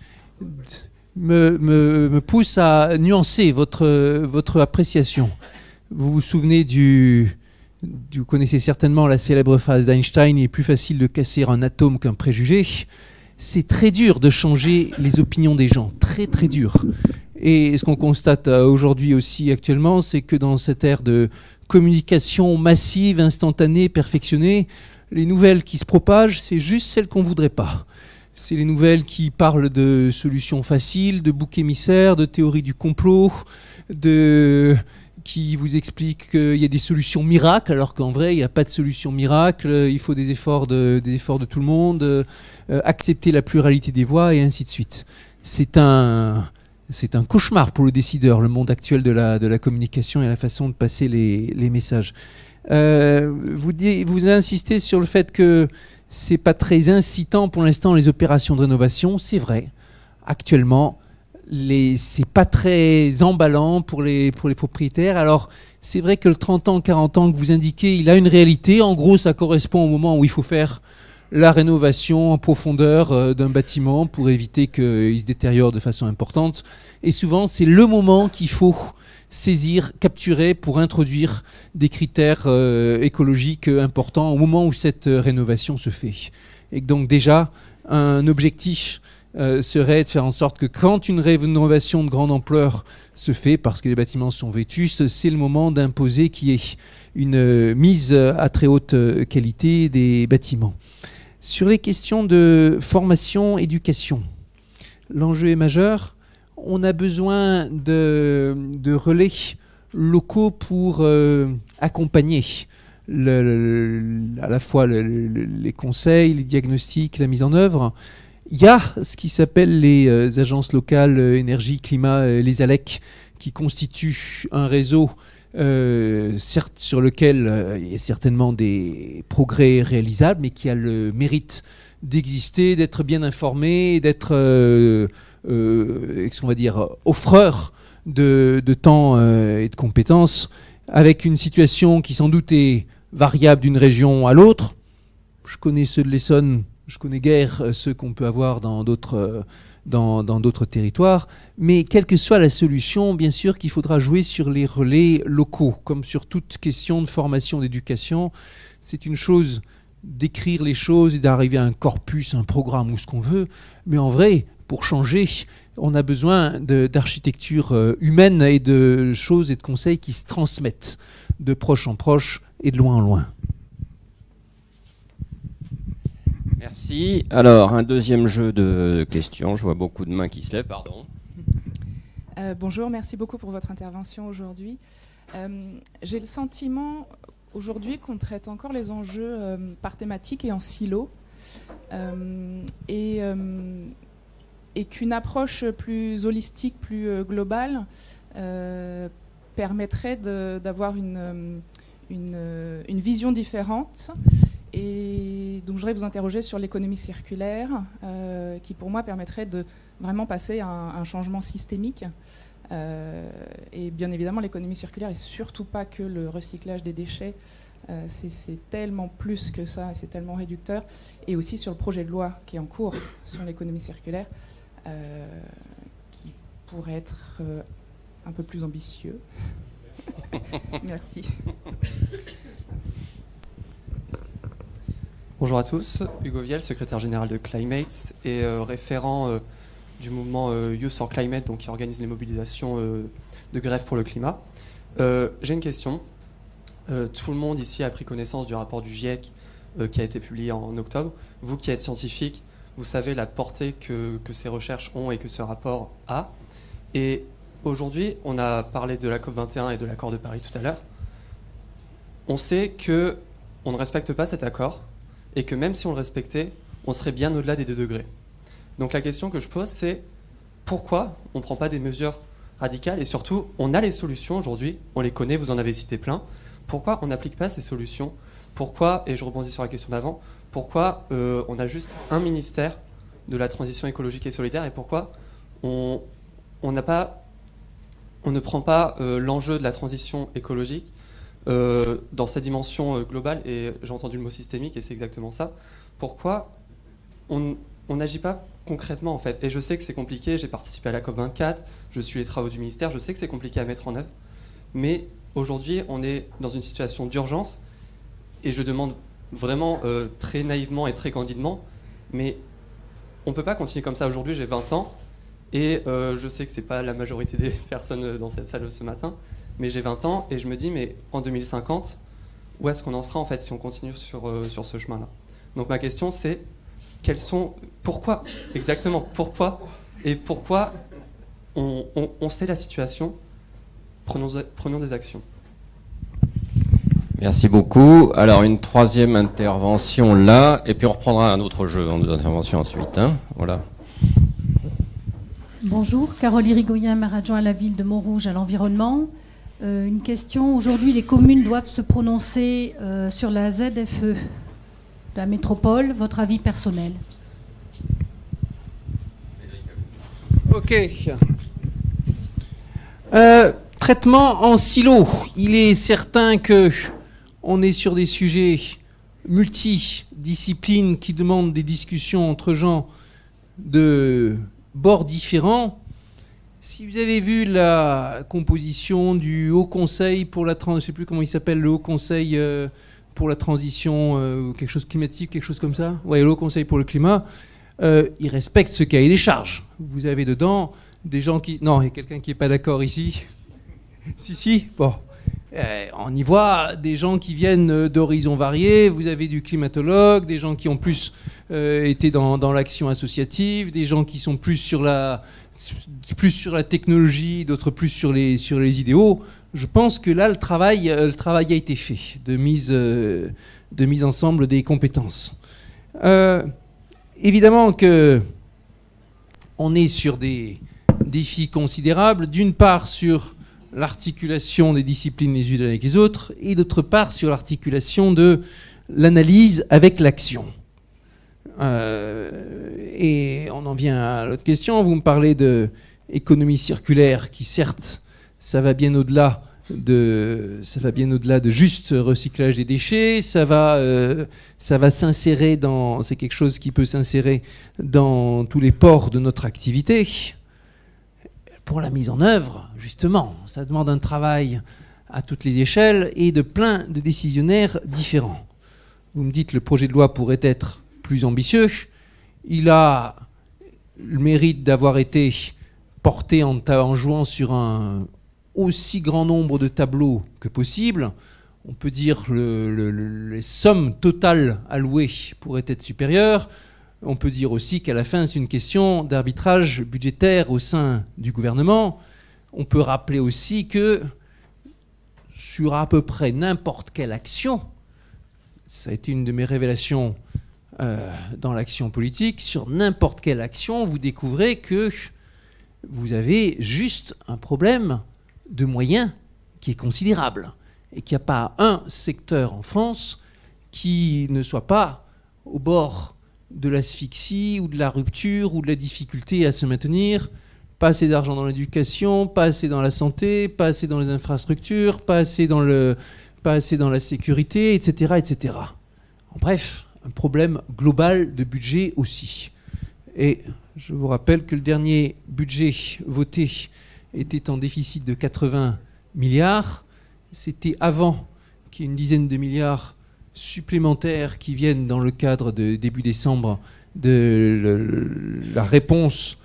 me pousse à nuancer votre appréciation. Vous vous souvenez vous connaissez certainement la célèbre phrase d'Einstein, il est plus facile de casser un atome qu'un préjugé. C'est très dur de changer les opinions des gens, très très dur. Et ce qu'on constate aujourd'hui aussi actuellement, c'est que dans cette ère de communication massive, instantanée, perfectionnée, les nouvelles qui se propagent, c'est juste celles qu'on ne voudrait pas. C'est les nouvelles qui parlent de solutions faciles, de boucs émissaires, de théories du complot, qui vous expliquent qu'il y a des solutions miracles, alors qu'en vrai, il n'y a pas de solution miracle, il faut des efforts de tout le monde, accepter la pluralité des voix, et ainsi de suite. C'est un cauchemar pour le décideur, le monde actuel de la communication et la façon de passer les messages. Vous insistez sur le fait que c'est pas très incitant pour l'instant les opérations de rénovation. C'est vrai. Actuellement, c'est pas très emballant pour les propriétaires. Alors, c'est vrai que le 30 ans, 40 ans que vous indiquez, il a une réalité. En gros, ça correspond au moment où il faut faire la rénovation en profondeur d'un bâtiment pour éviter qu'il se détériore de façon importante. Et souvent, c'est le moment qu'il faut saisir, capturer pour introduire des critères écologiques importants au moment où cette rénovation se fait. Et donc déjà, un objectif serait de faire en sorte que quand une rénovation de grande ampleur se fait, parce que les bâtiments sont vétustes, c'est le moment d'imposer qu'il y ait une mise à très haute qualité des bâtiments. Sur les questions de formation, éducation, l'enjeu est majeur. On a besoin de relais locaux pour accompagner à la fois les conseils, les diagnostics, la mise en œuvre. Il y a ce qui s'appelle les agences locales énergie, climat, les ALEC, qui constituent un réseau certes sur lequel il y a certainement des progrès réalisables, mais qui a le mérite d'exister, d'être bien informé, d'être on va dire, offreur de temps et de compétences, avec une situation qui sans doute est variable d'une région à l'autre. Je connais ceux de l'Essonne, je connais guère ceux qu'on peut avoir dans d'autres territoires, mais quelle que soit la solution, bien sûr qu'il faudra jouer sur les relais locaux, comme sur toute question de formation, d'éducation. C'est une chose d'écrire les choses et d'arriver à un corpus, un programme ou ce qu'on veut, mais en vrai, pour changer, on a besoin d'architecture humaine et de choses et de conseils qui se transmettent de proche en proche et de loin en loin. Merci. Alors, un deuxième jeu de questions. Je vois beaucoup de mains qui se lèvent, pardon. Bonjour, merci beaucoup pour votre intervention aujourd'hui. J'ai le sentiment aujourd'hui qu'on traite encore les enjeux par thématique et en silo, et qu'une approche plus holistique, plus globale, permettrait d'avoir une vision différente. Et donc je voudrais vous interroger sur l'économie circulaire, qui pour moi permettrait de vraiment passer à un changement systémique. Et bien évidemment, l'économie circulaire n'est surtout pas que le recyclage des déchets. C'est tellement plus que ça, c'est tellement réducteur. Et aussi sur le projet de loi qui est en cours sur l'économie circulaire, qui pourrait être un peu plus ambitieux. Merci. Bonjour à tous, Hugo Viel, secrétaire général de Climate et référent du mouvement Youth for Climate, donc qui organise les mobilisations de grève pour le climat. J'ai une question. Tout le monde ici a pris connaissance du rapport du GIEC qui a été publié en octobre. Vous qui êtes scientifique, vous savez la portée que ces recherches ont et que ce rapport a. Et aujourd'hui, on a parlé de la COP21 et de l'accord de Paris tout à l'heure. On sait qu'on ne respecte pas cet accord et que même si on le respectait, on serait bien au-delà des 2 degrés. Donc la question que je pose, c'est pourquoi on ne prend pas des mesures radicales, et surtout, on a les solutions aujourd'hui, on les connaît, vous en avez cité plein. Pourquoi on n'applique pas ces solutions? Pourquoi, et je rebondis sur la question d'avant, pourquoi on a juste un ministère de la transition écologique et solidaire, et pourquoi on ne prend pas l'enjeu de la transition écologique dans sa dimension globale, et j'ai entendu le mot systémique, et c'est exactement ça. Pourquoi on n'agit pas concrètement, en fait? Et je sais que c'est compliqué, j'ai participé à la COP24, je suis les travaux du ministère, je sais que c'est compliqué à mettre en œuvre, mais aujourd'hui, on est dans une situation d'urgence, et je demande vraiment très naïvement et très candidement, mais on ne peut pas continuer comme ça. Aujourd'hui, j'ai 20 ans, et je sais que ce n'est pas la majorité des personnes dans cette salle ce matin, mais j'ai 20 ans, et je me dis, mais en 2050, où est-ce qu'on en sera, en fait, si on continue sur ce chemin-là? Donc ma question, c'est pourquoi exactement, pourquoi on sait la situation, prenons des actions. Merci beaucoup. Alors une troisième intervention là, et puis on reprendra un autre jeu dans nos interventions ensuite. Voilà. Bonjour, Carole Irigoyen, maire adjoint à la ville de Montrouge à l'environnement. Une question, aujourd'hui les communes doivent se prononcer sur la ZFE de la métropole. Votre avis personnel? Ok. Traitement en silo. Il est certain que on est sur des sujets multidisciplines qui demandent des discussions entre gens de bords différents. Si vous avez vu la composition du Haut Conseil pour la transition, je ne sais plus comment il s'appelle, le Haut Conseil pour la transition, quelque chose climatique, quelque chose comme ça. Ouais, le Haut Conseil pour le climat. Il respecte ce cahier des charges. Vous avez dedans des gens qui... Non, il y a quelqu'un qui n'est pas d'accord ici. Si, bon. On y voit des gens qui viennent d'horizons variés. Vous avez du climatologue, des gens qui ont plus été dans l'action associative, des gens qui sont plus sur la technologie, d'autres plus sur les idéaux. Je pense que là, le travail a été fait de mise ensemble des compétences. Évidemment que on est sur des défis considérables, d'une part sur l'articulation des disciplines les unes avec les autres, et d'autre part sur l'articulation de l'analyse avec l'action. Et on en vient à l'autre question. Vous me parlez d'économie circulaire qui, certes, ça va bien au-delà de juste recyclage des déchets. Ça va s'insérer c'est quelque chose qui peut s'insérer dans tous les pores de notre activité. Pour la mise en œuvre, justement, ça demande un travail à toutes les échelles et de plein de décisionnaires différents. Vous me dites que le projet de loi pourrait être plus ambitieux. Il a le mérite d'avoir été porté en jouant sur un aussi grand nombre de tableaux que possible. On peut dire que les sommes totales allouées pourraient être supérieures. On peut dire aussi qu'à la fin, c'est une question d'arbitrage budgétaire au sein du gouvernement. on peut rappeler aussi que sur à peu près n'importe quelle action, ça a été une de mes révélations dans l'action politique, sur n'importe quelle action, vous découvrez que vous avez juste un problème de moyens qui est considérable et qu'il n'y a pas un secteur en France qui ne soit pas au bord de l'asphyxie ou de la rupture ou de la difficulté à se maintenir. Pas assez d'argent dans l'éducation, pas assez dans la santé, pas assez dans les infrastructures, pas assez dans la sécurité, etc., etc. En bref, un problème global de budget aussi. Et je vous rappelle que le dernier budget voté était en déficit de 80 milliards. C'était avant qu'il y ait une dizaine de milliards supplémentaires qui viennent dans le cadre de début décembre de la réponse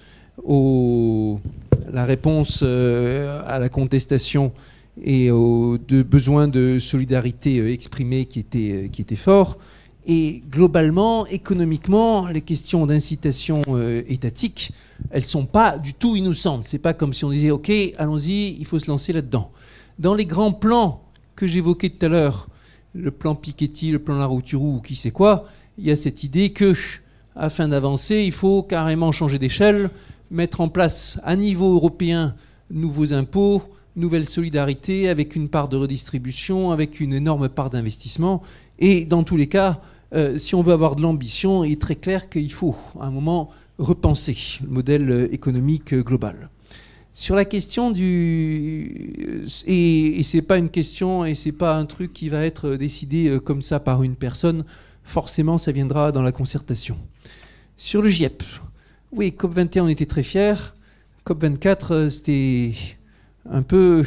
à la contestation et aux besoins de solidarité exprimés qui étaient forts. Et globalement, économiquement, les questions d'incitation étatique, elles ne sont pas du tout innocentes. Ce n'est pas comme si on disait « Ok, allons-y, il faut se lancer là-dedans ». Dans les grands plans que j'évoquais tout à l'heure, le plan Piketty, le plan Larouturou ou qui sait quoi, il y a cette idée que, afin d'avancer, il faut carrément changer d'échelle, mettre en place à niveau européen nouveaux impôts, nouvelle solidarité avec une part de redistribution, avec une énorme part d'investissement. Et dans tous les cas, si on veut avoir de l'ambition, il est très clair qu'il faut, à un moment, repenser le modèle économique global. Sur la question et c'est pas une question et c'est pas un truc qui va être décidé comme ça par une personne, forcément ça viendra dans la concertation. Sur le GIEP, oui, COP21 on était très fiers, COP24 c'était un peu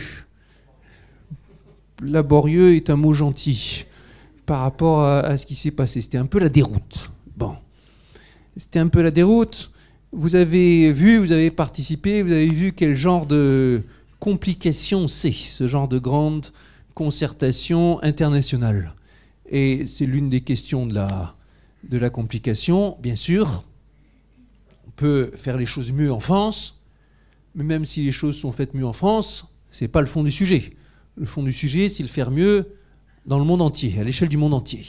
laborieux est un mot gentil par rapport à ce qui s'est passé. C'était un peu la déroute. Bon, c'était un peu la déroute. Vous avez vu, vous avez participé, vous avez vu quel genre de complication c'est, ce genre de grande concertation internationale. Et c'est l'une des questions de la complication. Bien sûr, on peut faire les choses mieux en France, mais même si les choses sont faites mieux en France, ce n'est pas le fond du sujet. Le fond du sujet, c'est le faire mieux dans le monde entier, à l'échelle du monde entier.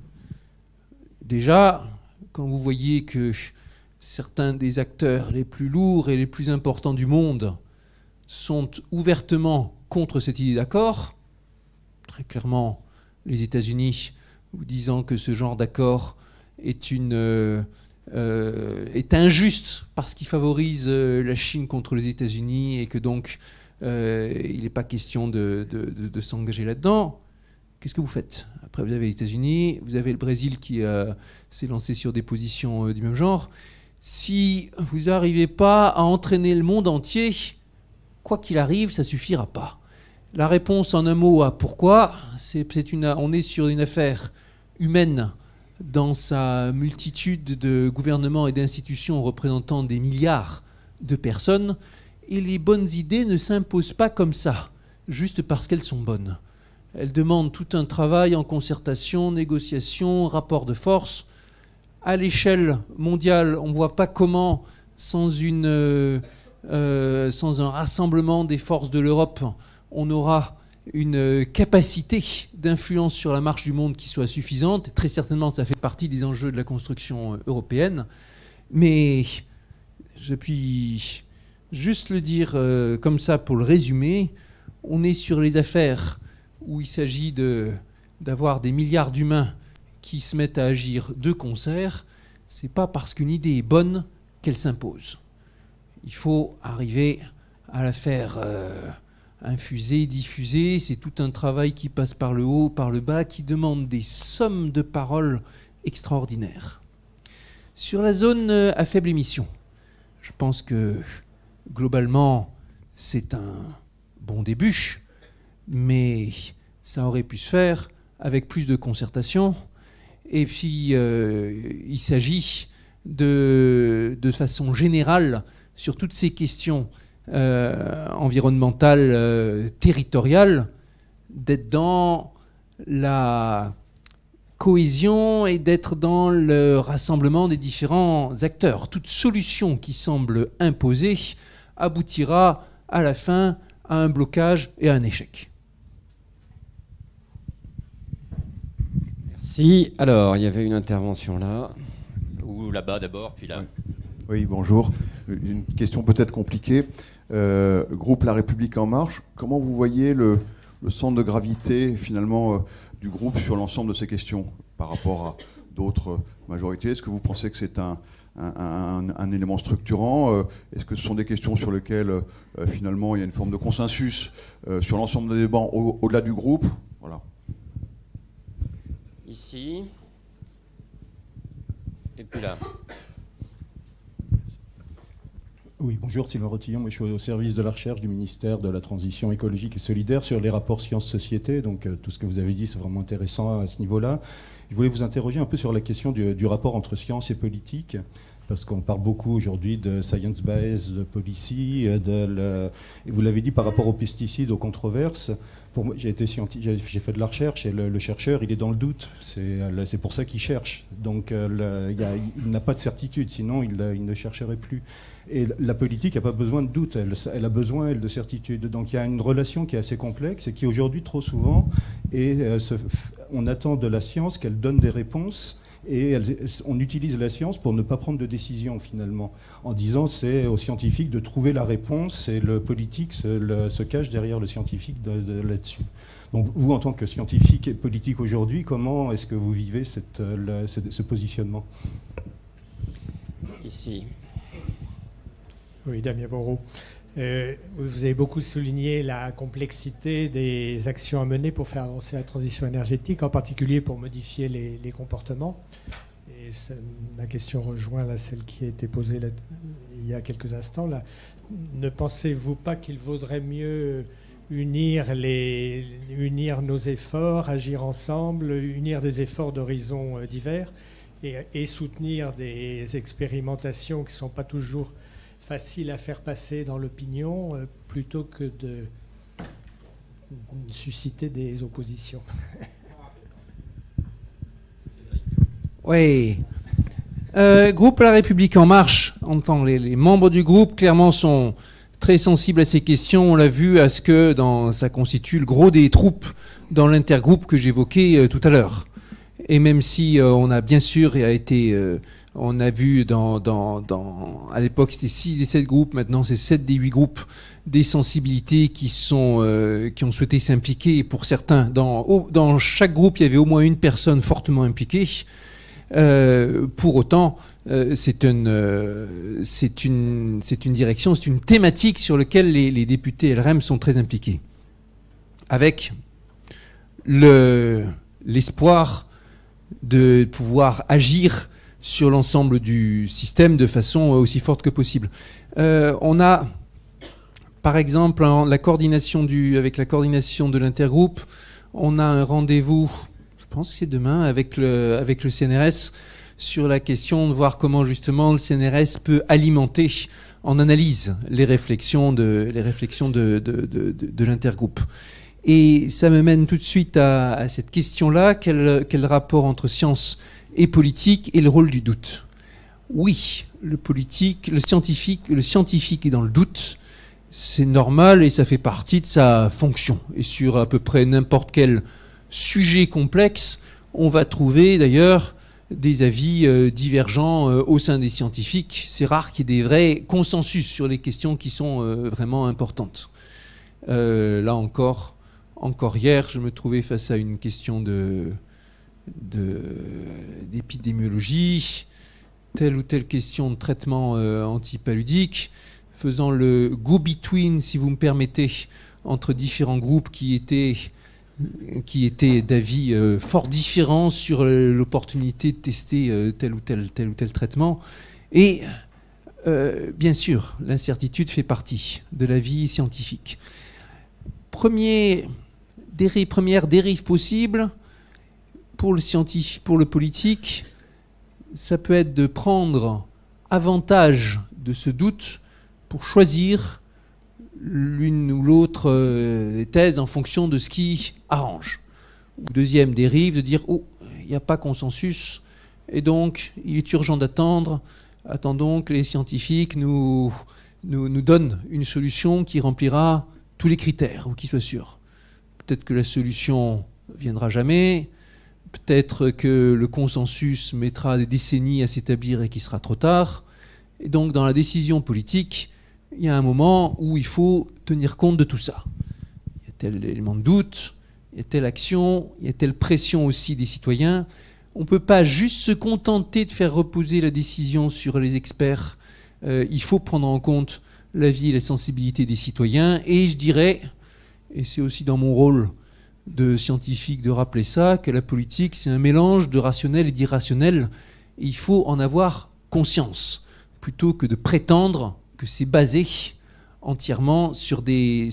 Déjà, quand vous voyez que certains des acteurs les plus lourds et les plus importants du monde sont ouvertement contre cette idée d'accord, très clairement les États-Unis vous disant que ce genre d'accord est injuste parce qu'il favorise la Chine contre les États-Unis et que donc il n'est pas question de s'engager là-dedans. Qu'est-ce que vous faites? Après, vous avez les États-Unis, vous avez le Brésil qui s'est lancé sur des positions du même genre. Si vous n'arrivez pas à entraîner le monde entier, quoi qu'il arrive, ça ne suffira pas. La réponse en un mot à pourquoi, on est sur une affaire humaine dans sa multitude de gouvernements et d'institutions représentant des milliards de personnes, et les bonnes idées ne s'imposent pas comme ça, juste parce qu'elles sont bonnes. Elles demandent tout un travail en concertation, négociation, rapport de force. À l'échelle mondiale, on ne voit pas comment, sans un rassemblement des forces de l'Europe, on aura une capacité d'influence sur la marche du monde qui soit suffisante. Et très certainement, ça fait partie des enjeux de la construction européenne. Mais je puis juste le dire comme ça pour le résumer, on est sur les affaires où il s'agit d'avoir des milliards d'humains qui se mettent à agir de concert. C'est pas parce qu'une idée est bonne qu'elle s'impose. Il faut arriver à la faire infuser, diffuser. C'est tout un travail qui passe par le haut, par le bas, qui demande des sommes de paroles extraordinaires. Sur la zone à faible émission, je pense que globalement, c'est un bon début, mais ça aurait pu se faire avec plus de concertation. Et puis, il s'agit de façon générale, sur toutes ces questions environnementales, territoriales, d'être dans la cohésion et d'être dans le rassemblement des différents acteurs. Toute solution qui semble imposée aboutira à la fin à un blocage et à un échec. Merci. Alors, il y avait une intervention là, ou là-bas d'abord, puis là. Oui, bonjour. Une question peut-être compliquée. Groupe La République En Marche, comment vous voyez le centre de gravité finalement du groupe sur l'ensemble de ces questions par rapport à d'autres majorités? Est-ce que vous pensez que c'est un élément structurant? Est-ce que ce sont des questions sur lesquelles finalement il y a une forme de consensus sur l'ensemble des débats au-delà du groupe? Voilà. Ici. Et puis là. Oui, bonjour, Sylvain Rotillon. Moi, je suis au service de la recherche du ministère de la Transition écologique et solidaire sur les rapports sciences-société. Donc, tout ce que vous avez dit, c'est vraiment intéressant à ce niveau-là. Je voulais vous interroger un peu sur la question du rapport entre science et politique, parce qu'on parle beaucoup aujourd'hui de science-based policy, vous l'avez dit par rapport aux pesticides, aux controverses. Pour moi, j'ai fait de la recherche et le chercheur, il est dans le doute. C'est pour ça qu'il cherche. Donc, il n'a pas de certitude, sinon il ne chercherait plus. Et la politique n'a pas besoin de doute, elle a besoin, elle, de certitude. Donc il y a une relation qui est assez complexe et qui aujourd'hui, trop souvent, on attend de la science qu'elle donne des réponses et on utilise la science pour ne pas prendre de décision, finalement, en disant c'est aux scientifiques de trouver la réponse et le politique se cache derrière le scientifique là-dessus. Donc vous, en tant que scientifique et politique aujourd'hui, comment est-ce que vous vivez ce positionnement? Ici. Oui, Damien Moreau. Vous avez beaucoup souligné la complexité des actions à mener pour faire avancer la transition énergétique, en particulier pour modifier les comportements. Et ma question rejoint celle qui a été posée il y a quelques instants. Là. Ne pensez-vous pas qu'il vaudrait mieux unir nos efforts, agir ensemble, unir des efforts d'horizons divers et soutenir des expérimentations qui ne sont pas toujours facile à faire passer dans l'opinion plutôt que de susciter des oppositions? Oui. Groupe La République En Marche, les membres du groupe, clairement, sont très sensibles à ces questions. On l'a vu à ce que ça constitue le gros des troupes dans l'intergroupe que j'évoquais tout à l'heure. Et même si on a bien sûr on a vu à l'époque c'était 6 des 7 groupes, maintenant c'est 7 des 8 groupes, des sensibilités qui ont souhaité s'impliquer. Et pour certains, dans chaque groupe, il y avait au moins une personne fortement impliquée. Pour autant, c'est une direction, c'est une thématique sur laquelle les députés LREM sont très impliqués. Avec l'espoir de pouvoir agir sur l'ensemble du système de façon aussi forte que possible. On a, par exemple, avec la coordination de l'intergroupe, on a un rendez-vous, je pense que c'est demain, avec le CNRS, sur la question de voir comment justement le CNRS peut alimenter en analyse les réflexions de l'intergroupe. Et ça me mène tout de suite à cette question-là, quel rapport entre science et politique et le rôle du doute. Oui, le scientifique est dans le doute, c'est normal et ça fait partie de sa fonction. Et sur à peu près n'importe quel sujet complexe, on va trouver d'ailleurs des avis divergents au sein des scientifiques. C'est rare qu'il y ait des vrais consensus sur les questions qui sont vraiment importantes. Là encore hier, je me trouvais face à une question d'épidémiologie, telle ou telle question de traitement antipaludique, faisant le go-between, si vous me permettez, entre différents groupes qui étaient d'avis fort différents sur l'opportunité de tester tel ou tel traitement. Et bien sûr, l'incertitude fait partie de la vie scientifique. Première dérive possible pour le politique, ça peut être de prendre avantage de ce doute pour choisir l'une ou l'autre des thèses en fonction de ce qui arrange. Ou deuxième dérive, de dire « Oh, il n'y a pas consensus, et donc il est urgent d'attendre. Attendons que les scientifiques nous donnent une solution qui remplira tous les critères, ou qu'il soit sûr. Peut-être que la solution ne viendra jamais, peut-être que le consensus mettra des décennies à s'établir et qu'il sera trop tard. Et donc, dans la décision politique, il y a un moment où il faut tenir compte de tout ça. Il y a tel élément de doute, il y a telle action, il y a telle pression aussi des citoyens. On ne peut pas juste se contenter de faire reposer la décision sur les experts. Il faut prendre en compte l'avis et la sensibilité des citoyens. Et je dirais, et c'est aussi dans mon rôle de scientifique de rappeler ça, que la politique, c'est un mélange de rationnel et d'irrationnel. Et il faut en avoir conscience, plutôt que de prétendre que c'est basé entièrement sur des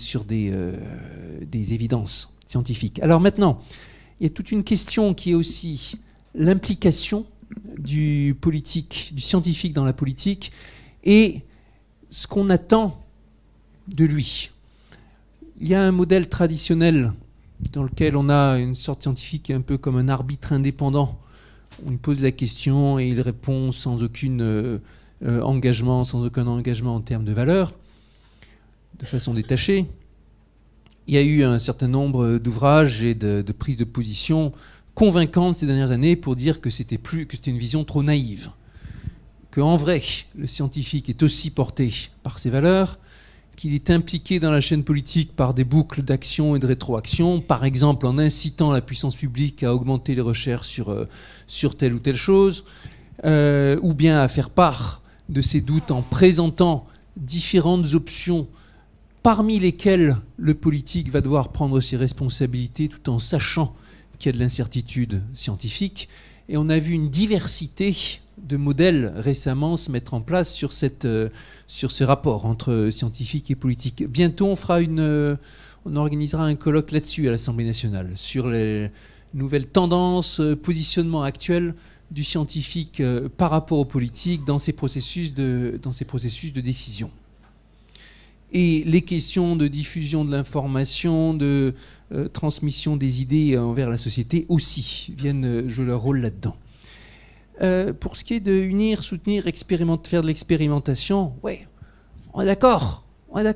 évidences scientifiques. Alors maintenant, il y a toute une question qui est aussi l'implication du politique, du scientifique dans la politique, et ce qu'on attend de lui. Il y a un modèle traditionnel dans lequel on a une sorte de scientifique qui est un peu comme un arbitre indépendant. On lui pose la question et il répond sans aucun engagement en termes de valeur, de façon détachée. Il y a eu un certain nombre d'ouvrages et de prises de position convaincantes ces dernières années pour dire que c'était une vision trop naïve. Qu'en vrai, le scientifique est aussi porté par ses valeurs, qu'il est impliqué dans la chaîne politique par des boucles d'action et de rétroaction, par exemple en incitant la puissance publique à augmenter les recherches sur telle ou telle chose, ou bien à faire part de ses doutes en présentant différentes options parmi lesquelles le politique va devoir prendre ses responsabilités tout en sachant qu'il y a de l'incertitude scientifique. Et on a vu une diversité de modèles récemment se mettre en place sur ce rapport entre scientifique et politique. Bientôt, on organisera un colloque là-dessus à l'Assemblée nationale, sur les nouvelles tendances, positionnements actuels du scientifique par rapport au politique dans ces processus de décision. Et les questions de diffusion de l'information, de transmission des idées envers la société aussi viennent jouer leur rôle là-dedans. Pour ce qui est de unir, soutenir, faire de l'expérimentation, ouais, on est d'accord.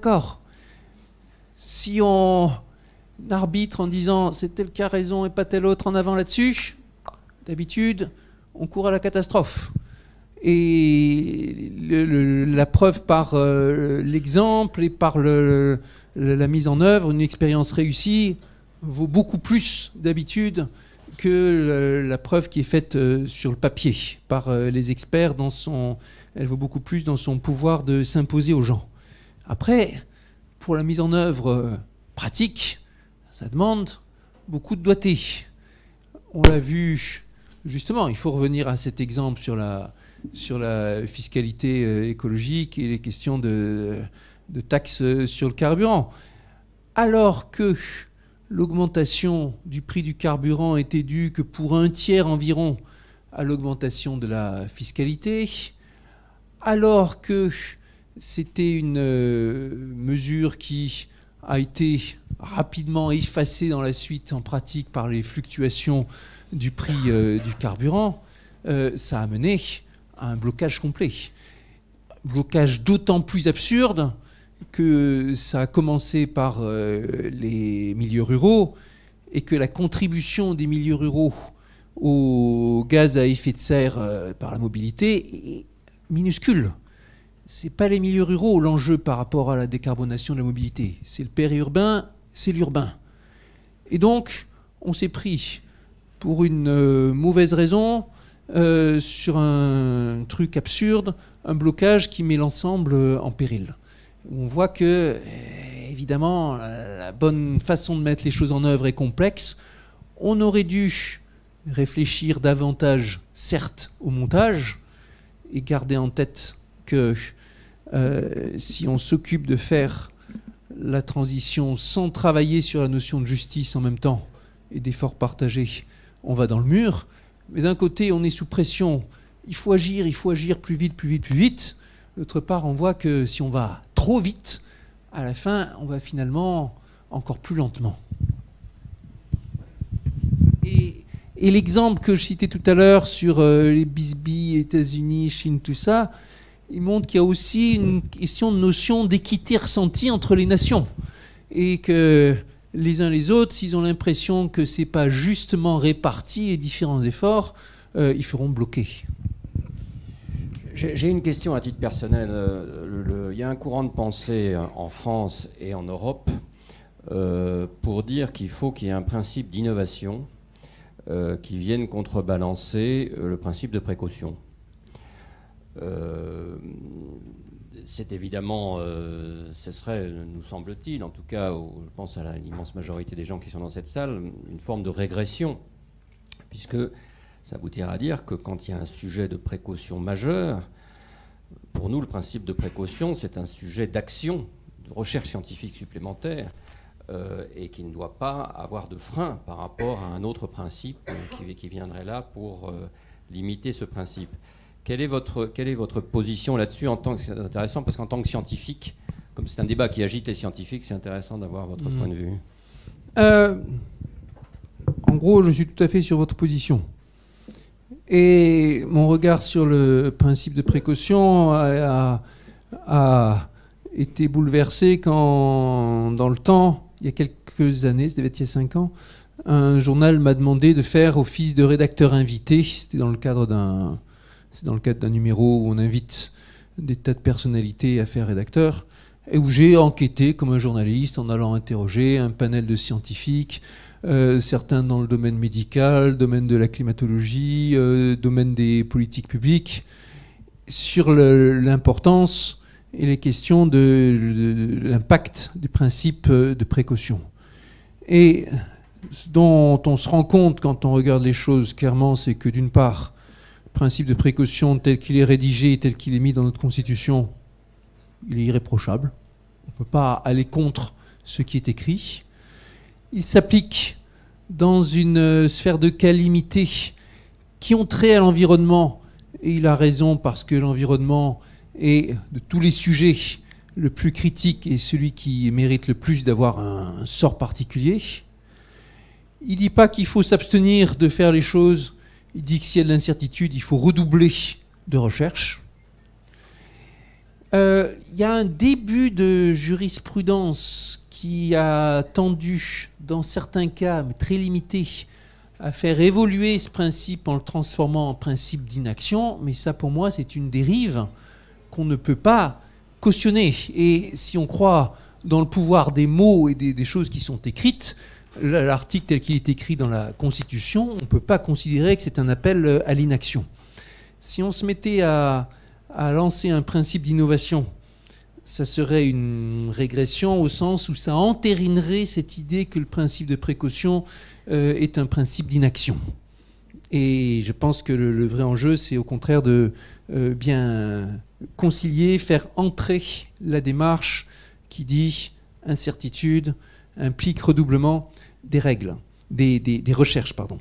Si on arbitre en disant c'est tel qui a raison et pas tel autre en avant là-dessus, d'habitude, on court à la catastrophe. Et la preuve par l'exemple et par la mise en œuvre, une expérience réussie vaut beaucoup plus d'habitude que la preuve qui est faite sur le papier par les experts. Elle vaut beaucoup plus dans son pouvoir de s'imposer aux gens. Après, pour la mise en œuvre pratique, ça demande beaucoup de doigté. On l'a vu, justement, il faut revenir à cet exemple sur la fiscalité écologique et les questions de taxes sur le carburant. Alors que l'augmentation du prix du carburant était due que pour un tiers environ à l'augmentation de la fiscalité, alors que c'était une mesure qui a été rapidement effacée dans la suite en pratique par les fluctuations du prix du carburant, ça a mené à un blocage complet. Blocage d'autant plus absurde que ça a commencé par les milieux ruraux et que la contribution des milieux ruraux au gaz à effet de serre par la mobilité est minuscule. C'est pas les milieux ruraux l'enjeu par rapport à la décarbonation de la mobilité. C'est le périurbain, c'est l'urbain. Et donc, on s'est pris pour une mauvaise raison sur un truc absurde, un blocage qui met l'ensemble en péril. On voit que, évidemment, la bonne façon de mettre les choses en œuvre est complexe. On aurait dû réfléchir davantage, certes, au montage, et garder en tête que si on s'occupe de faire la transition sans travailler sur la notion de justice en même temps et d'efforts partagés, on va dans le mur. Mais d'un côté, on est sous pression. Il faut agir plus vite. D'autre part, on voit que si on va trop vite, à la fin, on va finalement encore plus lentement. Et l'exemple que je citais tout à l'heure sur les bisbilles, États-Unis, Chine, tout ça, il montre qu'il y a aussi une question de notion d'équité ressentie entre les nations. et que les uns les autres, s'ils ont l'impression que ce n'est pas justement réparti les différents efforts, ils feront bloquer. J'ai une question à titre personnel. Il y a un courant de pensée en France et en Europe pour dire qu'il faut qu'il y ait un principe d'innovation qui vienne contrebalancer le principe de précaution. C'est évidemment, ce serait, nous semble-t-il, en tout cas, je pense à l'immense majorité des gens qui sont dans cette salle, une forme de régression, puisque ça aboutira à dire que quand il y a un sujet de précaution majeur, pour nous, le principe de précaution, c'est un sujet d'action, de recherche scientifique supplémentaire, et qui ne doit pas avoir de frein par rapport à un autre principe qui viendrait là pour limiter ce principe. Quelle est votre position là-dessus en tant que, c'est intéressant parce qu'en tant que scientifique, comme c'est un débat qui agite les scientifiques, c'est intéressant d'avoir votre point de vue. En gros, je suis tout à fait sur votre position. Et mon regard sur le principe de précaution a été bouleversé quand, dans le temps, il y a quelques années, ça devait être il y a 5 ans, un journal m'a demandé de faire office de rédacteur invité. C'était dans le cadre d'un numéro où on invite des tas de personnalités à faire rédacteur, et où j'ai enquêté comme un journaliste en allant interroger un panel de scientifiques, certains dans le domaine médical, domaine de la climatologie, domaine des politiques publiques, sur l'importance et les questions de l'impact du principe de précaution. Et ce dont on se rend compte quand on regarde les choses clairement, c'est que d'une part, le principe de précaution tel qu'il est rédigé, tel qu'il est mis dans notre Constitution, il est irréprochable. On ne peut pas aller contre ce qui est écrit. Il s'applique dans une sphère de cas limités qui ont trait à l'environnement. Et il a raison parce que l'environnement est, de tous les sujets, le plus critique et celui qui mérite le plus d'avoir un sort particulier. Il ne dit pas qu'il faut s'abstenir de faire les choses. Il dit que s'il y a de l'incertitude, il faut redoubler de recherche. Il y a un début de jurisprudence qui a tendu, dans certains cas, mais très limités, à faire évoluer ce principe en le transformant en principe d'inaction. Mais ça, pour moi, c'est une dérive qu'on ne peut pas cautionner. Et si on croit dans le pouvoir des mots et des choses qui sont écrites, l'article tel qu'il est écrit dans la Constitution, on ne peut pas considérer que c'est un appel à l'inaction. Si on se mettait à lancer un principe d'innovation, ça serait une régression au sens où ça entérinerait cette idée que le principe de précaution est un principe d'inaction. Et je pense que le vrai enjeu, c'est au contraire de bien concilier, faire entrer la démarche qui dit incertitude implique redoublement des règles, des recherches, pardon.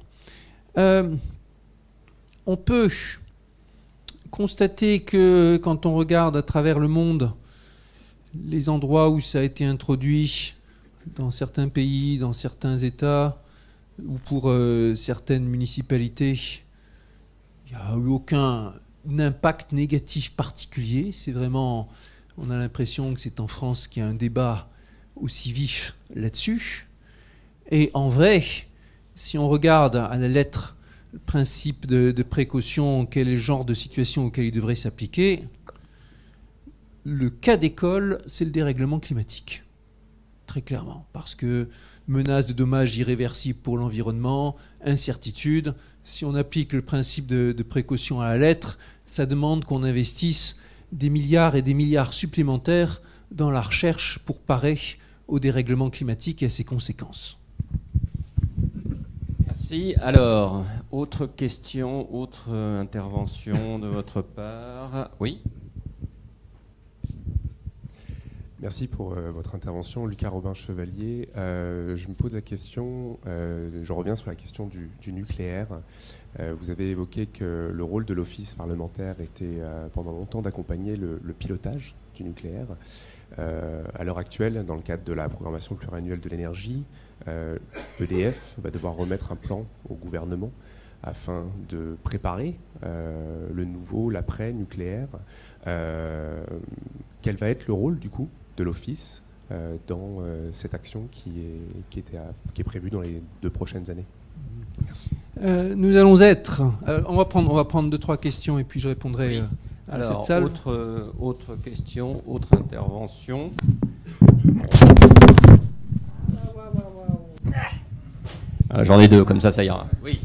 On peut constater que quand on regarde à travers le monde les endroits où ça a été introduit, dans certains pays, dans certains États, ou pour certaines municipalités, il n'y a eu aucun impact négatif particulier. C'est vraiment, on a l'impression que c'est en France qu'il y a un débat aussi vif là-dessus. Et en vrai, si on regarde à la lettre le principe de précaution, quel est le genre de situation auquel il devrait s'appliquer, le cas d'école, c'est le dérèglement climatique. Très clairement. Parce que menace de dommages irréversibles pour l'environnement, incertitude. Si on applique le principe de précaution à la lettre, ça demande qu'on investisse des milliards et des milliards supplémentaires dans la recherche pour parer au dérèglement climatique et à ses conséquences. Merci. Alors, autre question, autre intervention de votre part? Oui. Merci pour votre intervention, Lucas Robin-Chevalier. Je me pose la question, je reviens sur la question du nucléaire. Vous avez évoqué que le rôle de l'office parlementaire était pendant longtemps d'accompagner le pilotage du nucléaire. À l'heure actuelle, dans le cadre de la programmation pluriannuelle de l'énergie, EDF va devoir remettre un plan au gouvernement afin de préparer le nouveau, l'après-nucléaire. Quel va être le rôle du coup de l'office dans cette action qui est prévue dans les 2 prochaines années. Merci. Nous allons être... on va prendre 2-3 questions et puis je répondrai à cette salle. Autre question, autre intervention. J'en ai 2, comme ça ira. Oui.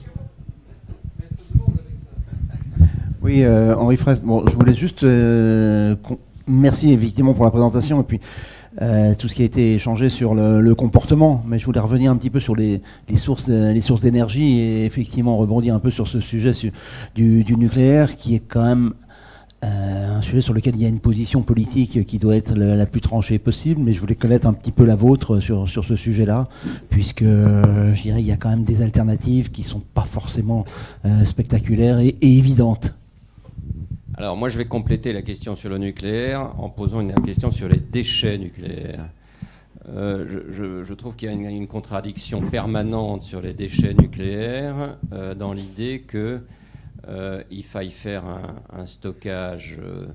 Oui, Henri Fraisse. Bon, je voulais juste... merci effectivement pour la présentation et puis tout ce qui a été échangé sur le comportement. Mais je voulais revenir un petit peu sur les sources d'énergie et effectivement rebondir un peu sur ce sujet du nucléaire qui est quand même un sujet sur lequel il y a une position politique qui doit être la plus tranchée possible, mais je voulais connaître un petit peu la vôtre sur ce sujet-là, puisque je dirais il y a quand même des alternatives qui ne sont pas forcément spectaculaires et évidentes. Alors moi je vais compléter la question sur le nucléaire en posant une question sur les déchets nucléaires. Je trouve qu'il y a une contradiction permanente sur les déchets nucléaires dans l'idée que il faille faire un stockage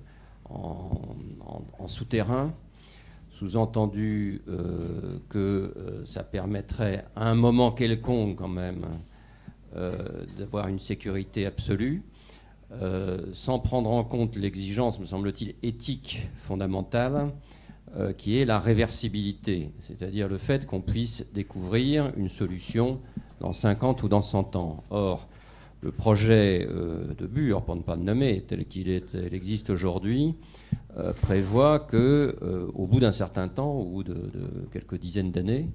en souterrain, sous-entendu que ça permettrait à un moment quelconque quand même d'avoir une sécurité absolue, sans prendre en compte l'exigence, me semble-t-il, éthique fondamentale, qui est la réversibilité, c'est-à-dire le fait qu'on puisse découvrir une solution dans 50 ou dans 100 ans. Or, le projet de Bure, pour ne pas le nommer, tel qu'il existe aujourd'hui, prévoit qu'au bout d'un certain temps, au bout de quelques dizaines d'années,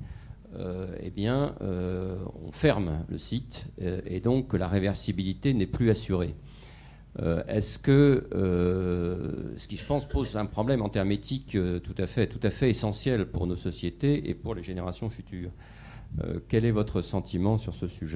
on ferme le site et donc que la réversibilité n'est plus assurée. Est-ce que ce qui, je pense, pose un problème en termes éthiques tout à fait essentiel pour nos sociétés et pour les générations futures. Quel est votre sentiment sur ce sujet ?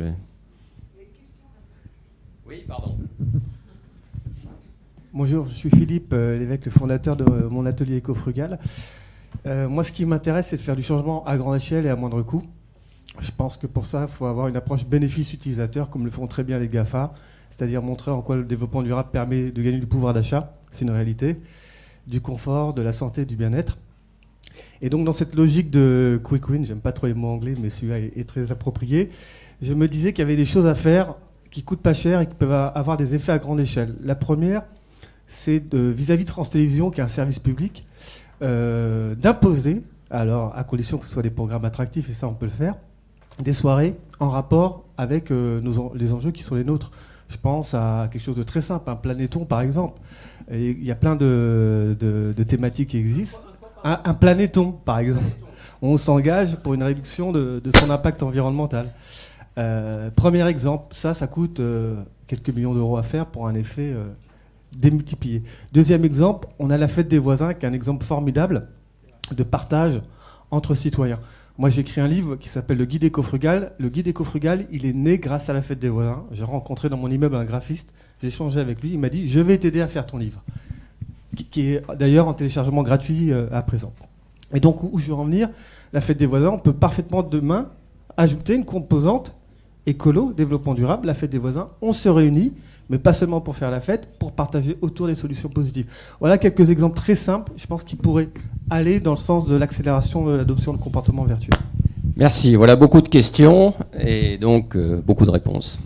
Oui, pardon. Bonjour, je suis Philippe Lévesque, le fondateur de mon atelier éco-frugal. Moi, ce qui m'intéresse, c'est de faire du changement à grande échelle et à moindre coût. Je pense que pour ça, il faut avoir une approche bénéfice-utilisateur, comme le font très bien les GAFA, c'est-à-dire montrer en quoi le développement durable permet de gagner du pouvoir d'achat, c'est une réalité, du confort, de la santé, du bien-être. Et donc, dans cette logique de quick win, j'aime pas trop les mots anglais, mais celui-là est très approprié, je me disais qu'il y avait des choses à faire qui coûtent pas cher et qui peuvent avoir des effets à grande échelle. La première, c'est vis-à-vis de France Télévisions, qui est un service public, d'imposer, alors à condition que ce soit des programmes attractifs, et ça on peut le faire, des soirées en rapport avec les enjeux qui sont les nôtres. Je pense à quelque chose de très simple, un planéton par exemple. Et il y a plein de thématiques qui existent. Un planéton par exemple. On s'engage pour une réduction de son impact environnemental. Premier exemple, ça coûte quelques millions d'euros à faire pour un effet démultiplié. Deuxième exemple, on a la fête des voisins, qui est un exemple formidable de partage entre citoyens. Moi, j'ai écrit un livre qui s'appelle Le Guide éco-frugal. Le Guide éco-frugal, il est né grâce à la fête des voisins. J'ai rencontré dans mon immeuble un graphiste, j'ai échangé avec lui, il m'a dit « Je vais t'aider à faire ton livre », qui est d'ailleurs en téléchargement gratuit à présent. Et donc, où je veux en venir, la fête des voisins, on peut parfaitement demain ajouter une composante écolo, développement durable, la fête des voisins. On se réunit, mais pas seulement pour faire la fête, pour partager autour des solutions positives. Voilà quelques exemples très simples, je pense, qui pourraient aller dans le sens de l'accélération de l'adoption de comportements vertueux. Merci. Voilà beaucoup de questions et donc beaucoup de réponses.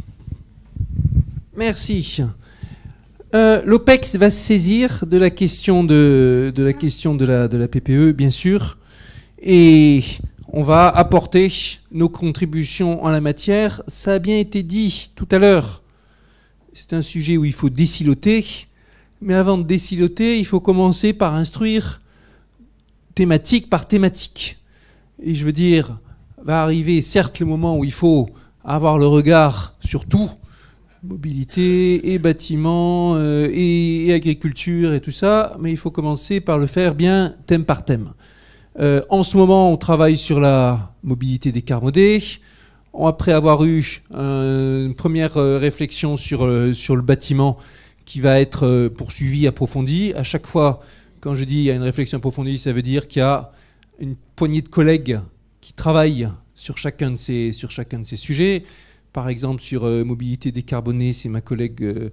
Merci. L'OPEX va se saisir de la question de la PPE, bien sûr, et on va apporter nos contributions en la matière. Ça a bien été dit tout à l'heure. C'est un sujet où il faut désiloter, mais avant de désiloter, il faut commencer par instruire thématique par thématique. Et je veux dire, va arriver certes le moment où il faut avoir le regard sur tout, mobilité et bâtiment et agriculture et tout ça, mais il faut commencer par le faire bien thème par thème. En ce moment, on travaille sur la mobilité décarbonée. Après avoir eu une première réflexion sur le bâtiment qui va être poursuivie, approfondie. À chaque fois, quand je dis il y a une réflexion approfondie, ça veut dire qu'il y a une poignée de collègues qui travaillent sur chacun de ces sujets. Par exemple, sur mobilité décarbonée, c'est ma collègue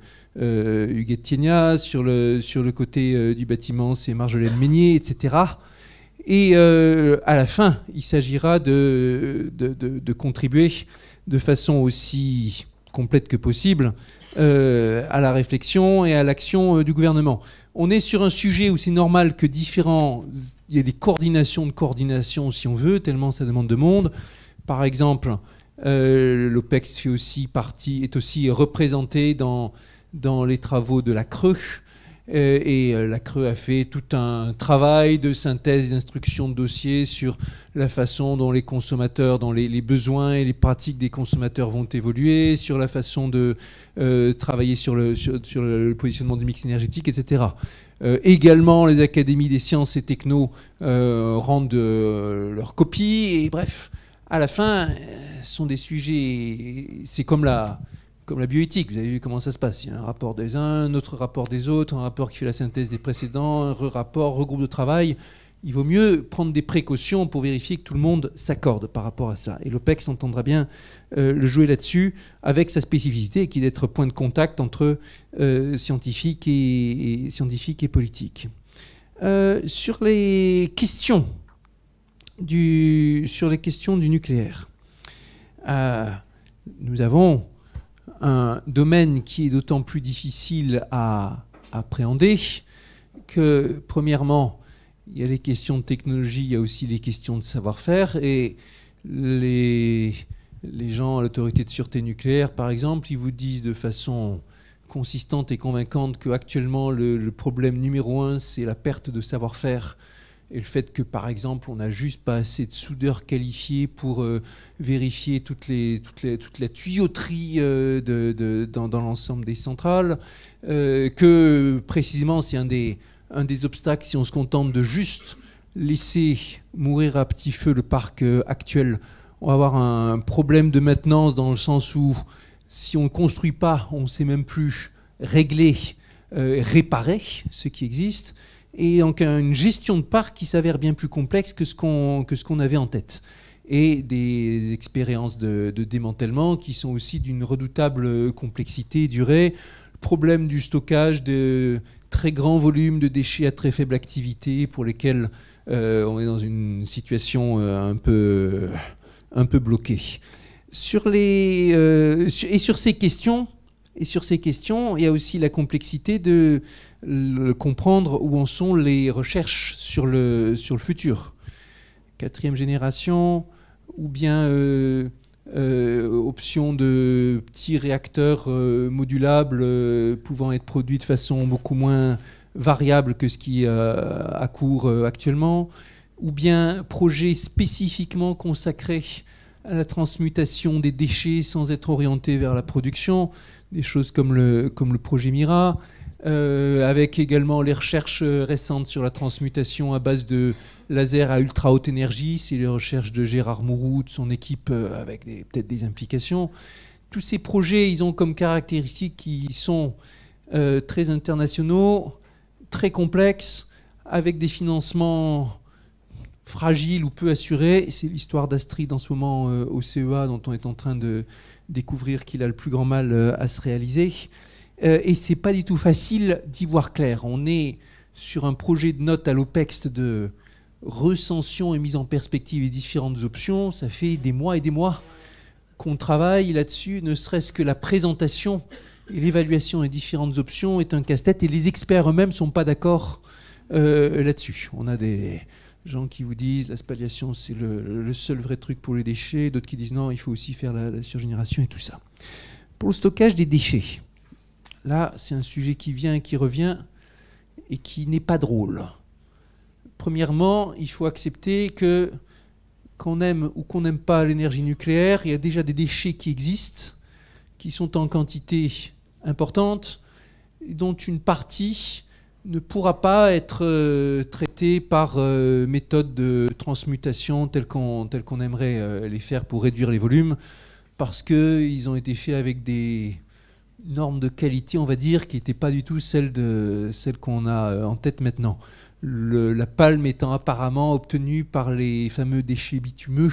Huguette Tienia. Sur le côté du bâtiment, c'est Marjolaine Meignier, etc. Et à la fin, il s'agira de contribuer de façon aussi complète que possible à la réflexion et à l'action du gouvernement. On est sur un sujet où c'est normal que il y ait des coordinations de coordination, si on veut, tellement ça demande de monde. Par exemple, l'OPEX est aussi représenté dans les travaux de la CRE. Et la CRE a fait tout un travail de synthèse et d'instruction de dossiers sur la façon dont les consommateurs, dont les besoins et les pratiques des consommateurs vont évoluer, sur la façon de travailler sur le positionnement du mix énergétique, etc. Également, les académies des sciences et techno rendent leur copie. Et bref, à la fin, ce sont des sujets... C'est comme la bioéthique, vous avez vu comment ça se passe. Il y a un rapport des uns, un autre rapport des autres, un rapport qui fait la synthèse des précédents, un regroupe de travail. Il vaut mieux prendre des précautions pour vérifier que tout le monde s'accorde par rapport à ça. Et l'OPEX entendra bien le jouer là-dessus, avec sa spécificité, qui est d'être point de contact entre scientifiques et politiques. Sur les questions du nucléaire, nous avons un domaine qui est d'autant plus difficile à appréhender que, premièrement, il y a les questions de technologie, il y a aussi les questions de savoir-faire, et les gens à l'autorité de sûreté nucléaire, par exemple, ils vous disent de façon consistante et convaincante qu'actuellement, le problème numéro 1, c'est la perte de savoir-faire. Et le fait que, par exemple, on n'a juste pas assez de soudeurs qualifiés pour vérifier toute la tuyauterie dans l'ensemble des centrales, que précisément c'est un des obstacles si on se contente de juste laisser mourir à petit feu le parc actuel. On va avoir un problème de maintenance dans le sens où si on ne construit pas, on ne sait même plus régler, réparer ce qui existe. Et donc une gestion de parc qui s'avère bien plus complexe que ce qu'on avait en tête. Et des expériences de démantèlement qui sont aussi d'une redoutable complexité et durée. Le problème du stockage de très grands volumes de déchets à très faible activité pour lesquels on est dans une situation un peu bloquée. Sur ces questions, il y a aussi la complexité de comprendre où en sont les recherches sur le futur. 4e génération, ou bien option de petits réacteurs modulables pouvant être produits de façon beaucoup moins variable que ce qui est à court actuellement, ou bien projet spécifiquement consacré à la transmutation des déchets sans être orienté vers la production, des choses comme le projet Mira, avec également les recherches récentes sur la transmutation à base de laser à ultra haute énergie. C'est les recherches de Gérard Mourou, de son équipe, avec peut-être des implications. Tous ces projets, ils ont comme caractéristiques qu'ils sont très internationaux, très complexes, avec des financements fragiles ou peu assurés. C'est l'histoire d'Astrid en ce moment au CEA, dont on est en train de découvrir qu'il a le plus grand mal à se réaliser. Et c'est pas du tout facile d'y voir clair. On est sur un projet de note à l'OPEX de recension et mise en perspective des différentes options. Ça fait des mois et des mois qu'on travaille là-dessus, ne serait-ce que la présentation et l'évaluation des différentes options est un casse-tête, et les experts eux-mêmes ne sont pas d'accord là-dessus. On a des gens qui vous disent la spalliation c'est le seul vrai truc pour les déchets, d'autres qui disent non, il faut aussi faire la surgénération et tout ça. Pour le stockage des déchets, là c'est un sujet qui vient et qui revient et qui n'est pas drôle. Premièrement, il faut accepter que qu'on aime ou qu'on n'aime pas l'énergie nucléaire, il y a déjà des déchets qui existent, qui sont en quantité importante, dont une partie ne pourra pas être traitée par méthode de transmutation telle qu'on aimerait les faire pour réduire les volumes, parce qu'ils ont été faits avec des normes de qualité, on va dire, qui n'étaient pas du tout celles qu'on a en tête maintenant. La palme étant apparemment obtenue par les fameux déchets bitumeux,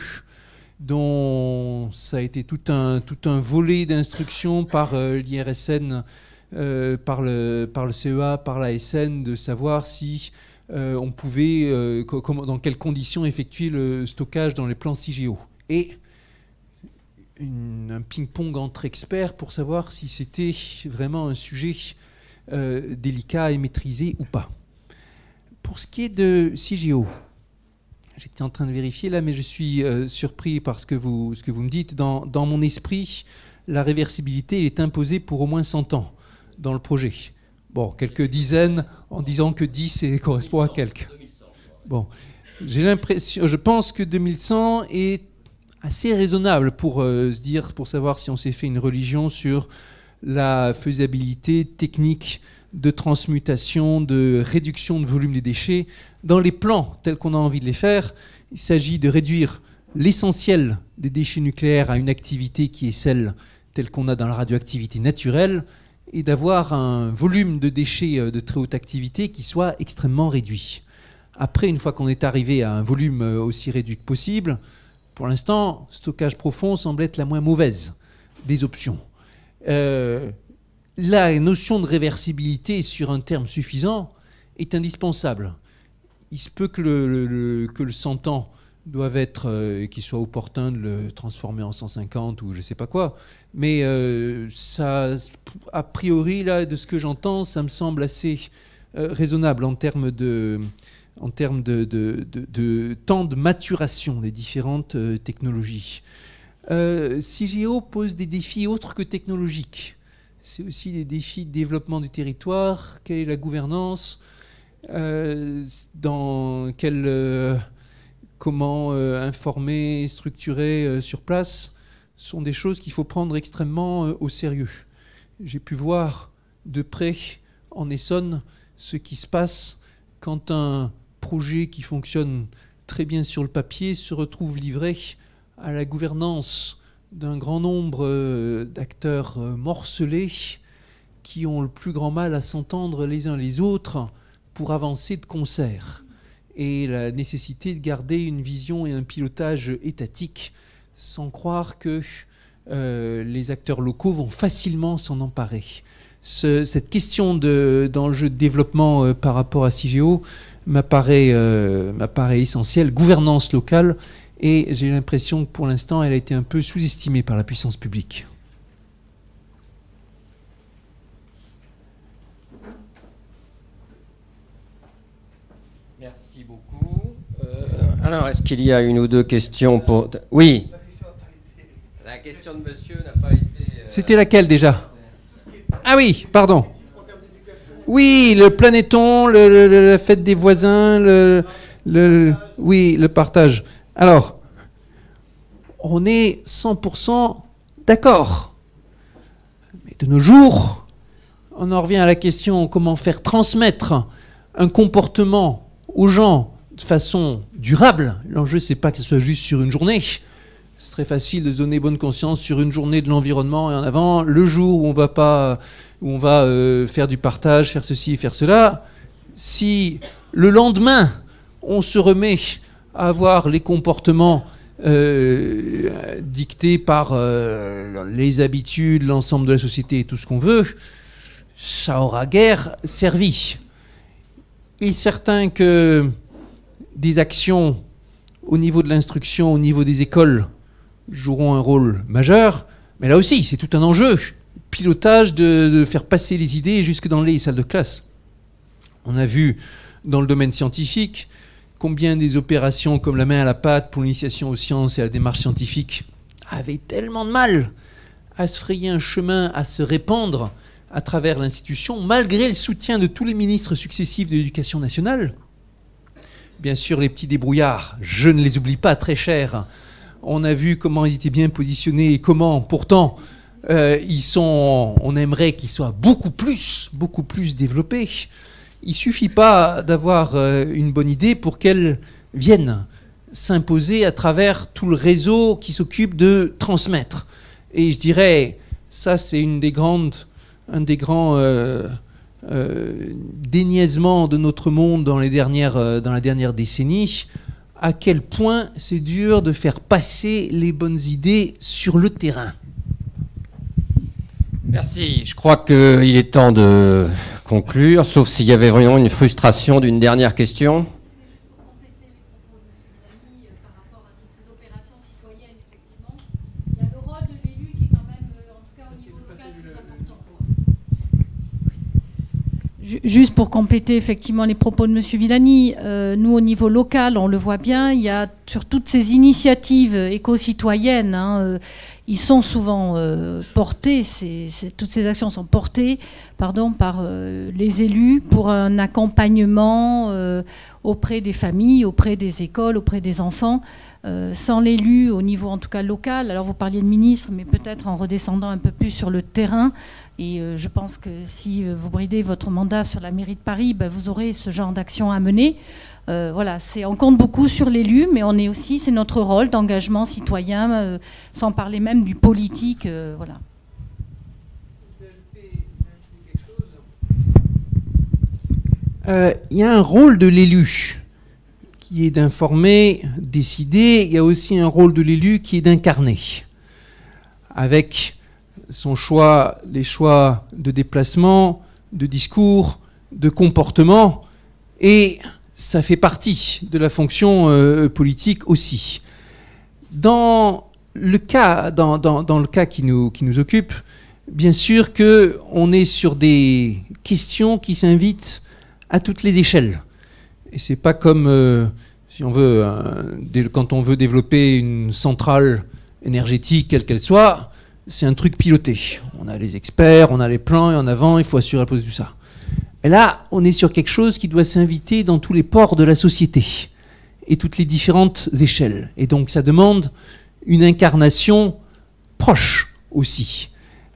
dont ça a été tout un volet d'instructions par l'IRSN, par le CEA, par l'ASN, de savoir si on pouvait, dans quelles conditions effectuer le stockage dans les plans CIGEO. Et un ping-pong entre experts pour savoir si c'était vraiment un sujet délicat et maîtrisé ou pas. Pour ce qui est de CIGEO, j'étais en train de vérifier là, mais je suis surpris par ce que vous me dites. Dans mon esprit, la réversibilité elle est imposée pour au moins 100 ans dans le projet. Bon, quelques dizaines en disant que 10 ça correspond à quelques. Bon, j'ai l'impression, je pense que 2100 est assez raisonnable pour se dire, pour savoir si on s'est fait une religion sur la faisabilité technique de transmutation, de réduction de volume des déchets. Dans les plans tels qu'on a envie de les faire, il s'agit de réduire l'essentiel des déchets nucléaires à une activité qui est celle telle qu'on a dans la radioactivité naturelle et d'avoir un volume de déchets de très haute activité qui soit extrêmement réduit. Après, une fois qu'on est arrivé à un volume aussi réduit que possible, pour l'instant, stockage profond semble être la moins mauvaise des options. La notion de réversibilité sur un terme suffisant est indispensable. Il se peut que le 100 ans doivent être, qu'il soit opportun de le transformer en 150 ou je ne sais pas quoi. Mais ça, a priori, là, de ce que j'entends, ça me semble assez raisonnable en termes de temps de maturation des différentes technologies. CIGEO pose des défis autres que technologiques. C'est aussi des défis de développement du territoire. Quelle est la gouvernance, comment informer, structurer sur place, sont des choses qu'il faut prendre extrêmement au sérieux. J'ai pu voir de près en Essonne ce qui se passe quand un projet qui fonctionne très bien sur le papier se retrouve livré à la gouvernance d'un grand nombre d'acteurs morcelés qui ont le plus grand mal à s'entendre les uns les autres pour avancer de concert. Et la nécessité de garder une vision et un pilotage étatique sans croire que les acteurs locaux vont facilement s'en emparer. Cette question d'enjeu de développement par rapport à CIGEO m'apparaît essentielle. Gouvernance locale, et j'ai l'impression que pour l'instant, elle a été un peu sous-estimée par la puissance publique. Merci beaucoup. Alors, est-ce qu'il y a une ou deux questions pour... Oui. La question de monsieur n'a pas été... C'était laquelle déjà? Ah oui, pardon. Oui, le planéton, la fête des voisins, oui, le partage. Alors, on est 100% d'accord. Mais de nos jours, on en revient à la question comment faire transmettre un comportement aux gens de façon durable. L'enjeu, c'est pas que ce soit juste sur une journée. C'est très facile de se donner bonne conscience sur une journée de l'environnement et en avant. Le jour où on va faire du partage, faire ceci et faire cela. Si le lendemain, on se remet à avoir les comportements dictés par les habitudes, l'ensemble de la société et tout ce qu'on veut, ça aura guère servi. Il est certain que des actions au niveau de l'instruction, au niveau des écoles, joueront un rôle majeur, mais là aussi, c'est tout un enjeu. Pilotage de faire passer les idées jusque dans les salles de classe. On a vu dans le domaine scientifique combien des opérations comme la main à la pâte pour l'initiation aux sciences et à la démarche scientifique avaient tellement de mal à se frayer un chemin, à se répandre à travers l'institution, malgré le soutien de tous les ministres successifs de l'Éducation nationale. Bien sûr, les petits débrouillards, je ne les oublie pas, très chers. On a vu comment ils étaient bien positionnés et comment, pourtant, on aimerait qu'ils soient beaucoup plus développés. Il ne suffit pas d'avoir une bonne idée pour qu'elle vienne s'imposer à travers tout le réseau qui s'occupe de transmettre. Et je dirais, ça c'est un des grands déniaisements de notre monde dans la dernière décennie, à quel point c'est dur de faire passer les bonnes idées sur le terrain. Merci. Je crois qu'il est temps conclure, sauf s'il y avait vraiment une frustration d'une dernière question. Juste pour compléter effectivement les propos de M. Villani, nous au niveau local, on le voit bien, il y a sur toutes ces initiatives éco-citoyennes, ils sont souvent portés, toutes ces actions sont portées par les élus pour un accompagnement auprès des familles, auprès des écoles, auprès des enfants. Sans l'élu au niveau en tout cas local, alors vous parliez de ministre, mais peut-être en redescendant un peu plus sur le terrain, et je pense que si vous bridez votre mandat sur la mairie de Paris, vous aurez ce genre d'action à mener. Voilà, on compte beaucoup sur l'élu, mais on est aussi, c'est notre rôle d'engagement citoyen, sans parler même du politique, voilà. Il y a un rôle de l'élu qui est d'informer, décider. Il y a aussi un rôle de l'élu qui est d'incarner, avec son choix, les choix de déplacement, de discours, de comportement, et ça fait partie de la fonction politique aussi. Dans le cas qui nous occupe, bien sûr qu'on est sur des questions qui s'invitent à toutes les échelles. Et c'est pas comme, si on veut, quand on veut développer une centrale énergétique, quelle qu'elle soit, c'est un truc piloté. On a les experts, on a les plans, et en avant, il faut assurer la pose de tout ça. Et là, on est sur quelque chose qui doit s'inviter dans tous les pores de la société et toutes les différentes échelles. Et donc, ça demande une incarnation proche aussi.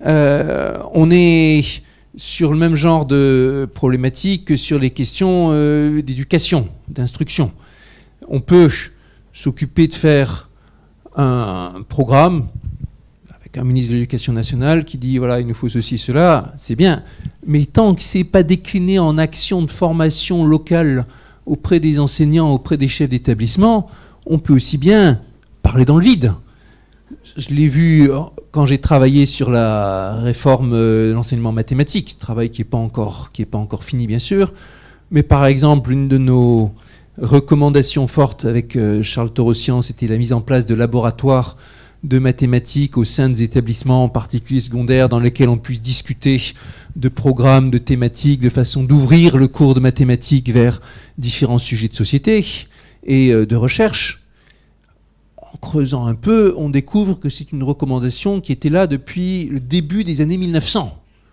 On est sur le même genre de problématique que sur les questions d'éducation, d'instruction. On peut s'occuper de faire un programme avec un ministre de l'Éducation nationale qui dit voilà, il nous faut ceci, cela, c'est bien. Mais tant que c'est pas décliné en action de formation locale auprès des enseignants, auprès des chefs d'établissement, on peut aussi bien parler dans le vide. Je l'ai vu quand j'ai travaillé sur la réforme de l'enseignement mathématique, travail qui n'est pas encore fini bien sûr, mais par exemple une de nos recommandations fortes avec Charles Torossian, c'était la mise en place de laboratoires de mathématiques au sein des établissements, en particulier secondaires, dans lesquels on puisse discuter de programmes, de thématiques, de façon d'ouvrir le cours de mathématiques vers différents sujets de société et de recherche. En creusant un peu, on découvre que c'est une recommandation qui était là depuis le début des années 1900.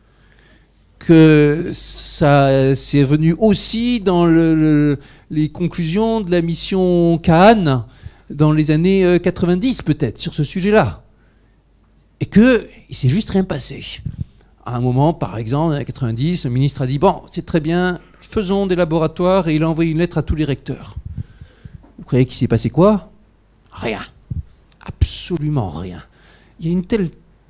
Que ça c'est venu aussi dans les conclusions de la mission Kahn dans les années 90 peut-être, sur ce sujet-là. Et qu'il ne s'est juste rien passé. À un moment, par exemple, dans les années 90, le ministre a dit « Bon, c'est très bien, faisons des laboratoires » et il a envoyé une lettre à tous les recteurs. Vous croyez qu'il s'est passé quoi ? Rien. Absolument rien. Il y a une telle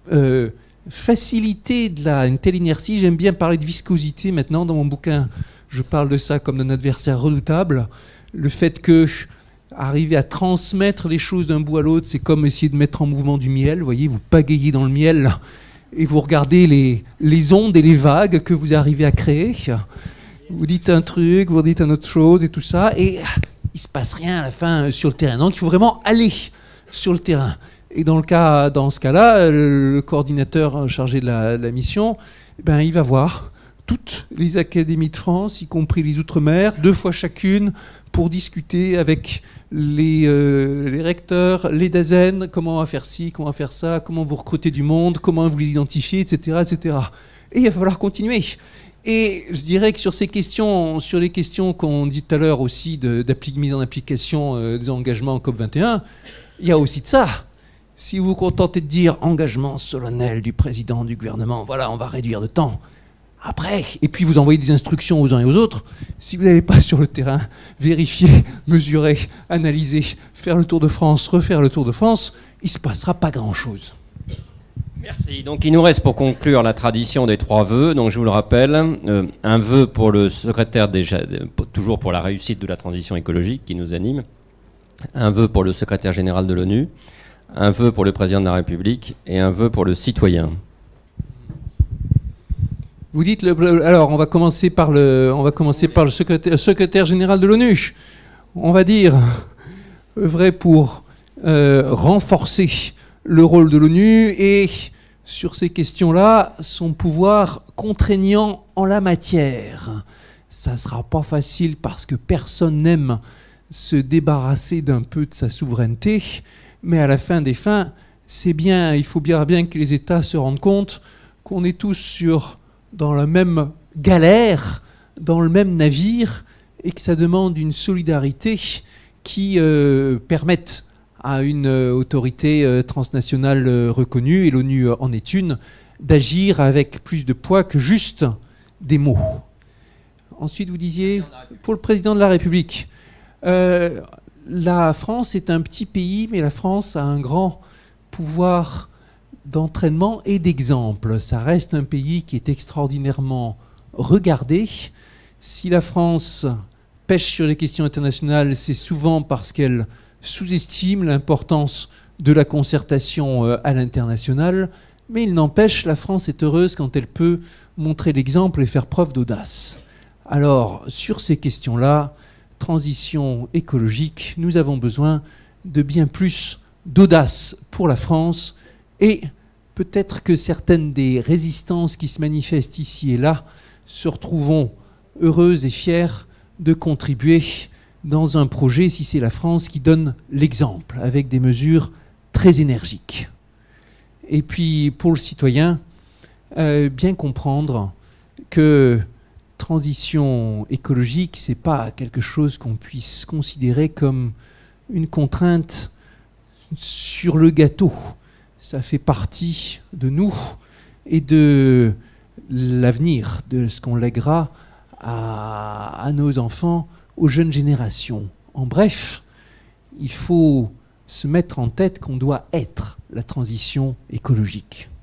facilité, une telle inertie. J'aime bien parler de viscosité maintenant. Dans mon bouquin, je parle de ça comme d'un adversaire redoutable. Le fait que arriver à transmettre les choses d'un bout à l'autre, c'est comme essayer de mettre en mouvement du miel. Vous voyez, vous pagayez dans le miel et vous regardez les ondes et les vagues que vous arrivez à créer. Vous dites un truc, vous dites une autre chose et tout ça, et il se passe rien à la fin sur le terrain. Donc il faut vraiment aller sur le terrain. Et dans ce cas-là, le coordinateur chargé de la mission, il va voir toutes les académies de France, y compris les Outre-mer, 2 fois chacune, pour discuter avec les recteurs, les DAZEN, comment on va faire ci, comment on va faire ça, comment vous recrutez du monde, comment vous les identifiez, etc., etc. Et il va falloir continuer. Et je dirais que sur les questions qu'on dit tout à l'heure aussi de mise en application des engagements en COP21, il y a aussi de ça. Si vous vous contentez de dire engagement solennel du président du gouvernement, voilà, on va réduire de temps. Après, et puis vous envoyez des instructions aux uns et aux autres, si vous n'allez pas sur le terrain vérifier, mesurer, analyser, faire le Tour de France, refaire le Tour de France, il ne se passera pas grand-chose. Merci. Donc il nous reste pour conclure la tradition des 3 vœux. Donc je vous le rappelle, un vœu pour le secrétaire, toujours pour la réussite de la transition écologique qui nous anime, un vœu pour le secrétaire général de l'ONU, un vœu pour le président de la République et un vœu pour le citoyen. Vous dites alors on va commencer par le secrétaire général de l'ONU. On va dire œuvrer pour renforcer le rôle de l'ONU et sur ces questions-là son pouvoir contraignant en la matière. Ça sera pas facile parce que personne n'aime se débarrasser d'un peu de sa souveraineté, mais à la fin des fins, c'est bien, il faut bien que les États se rendent compte qu'on est tous dans la même galère, dans le même navire, et que ça demande une solidarité qui permette à une autorité transnationale reconnue, et l'ONU en est une, d'agir avec plus de poids que juste des mots. Ensuite, vous disiez, pour le président de la République, la France est un petit pays, mais la France a un grand pouvoir d'entraînement et d'exemple. Ça reste un pays qui est extraordinairement regardé. Si la France pêche sur les questions internationales, c'est souvent parce qu'elle sous-estime l'importance de la concertation à l'international. Mais il n'empêche, la France est heureuse quand elle peut montrer l'exemple et faire preuve d'audace. Alors, sur ces questions-là, transition écologique, nous avons besoin de bien plus d'audace pour la France. Et peut-être que certaines des résistances qui se manifestent ici et là se retrouveront heureuses et fières de contribuer dans un projet, si c'est la France qui donne l'exemple, avec des mesures très énergiques. Et puis, pour le citoyen, bien comprendre que transition écologique, c'est pas quelque chose qu'on puisse considérer comme une contrainte sur le gâteau. Ça fait partie de nous et de l'avenir, de ce qu'on lèguera à nos enfants, aux jeunes générations. En bref, il faut se mettre en tête qu'on doit être la transition écologique.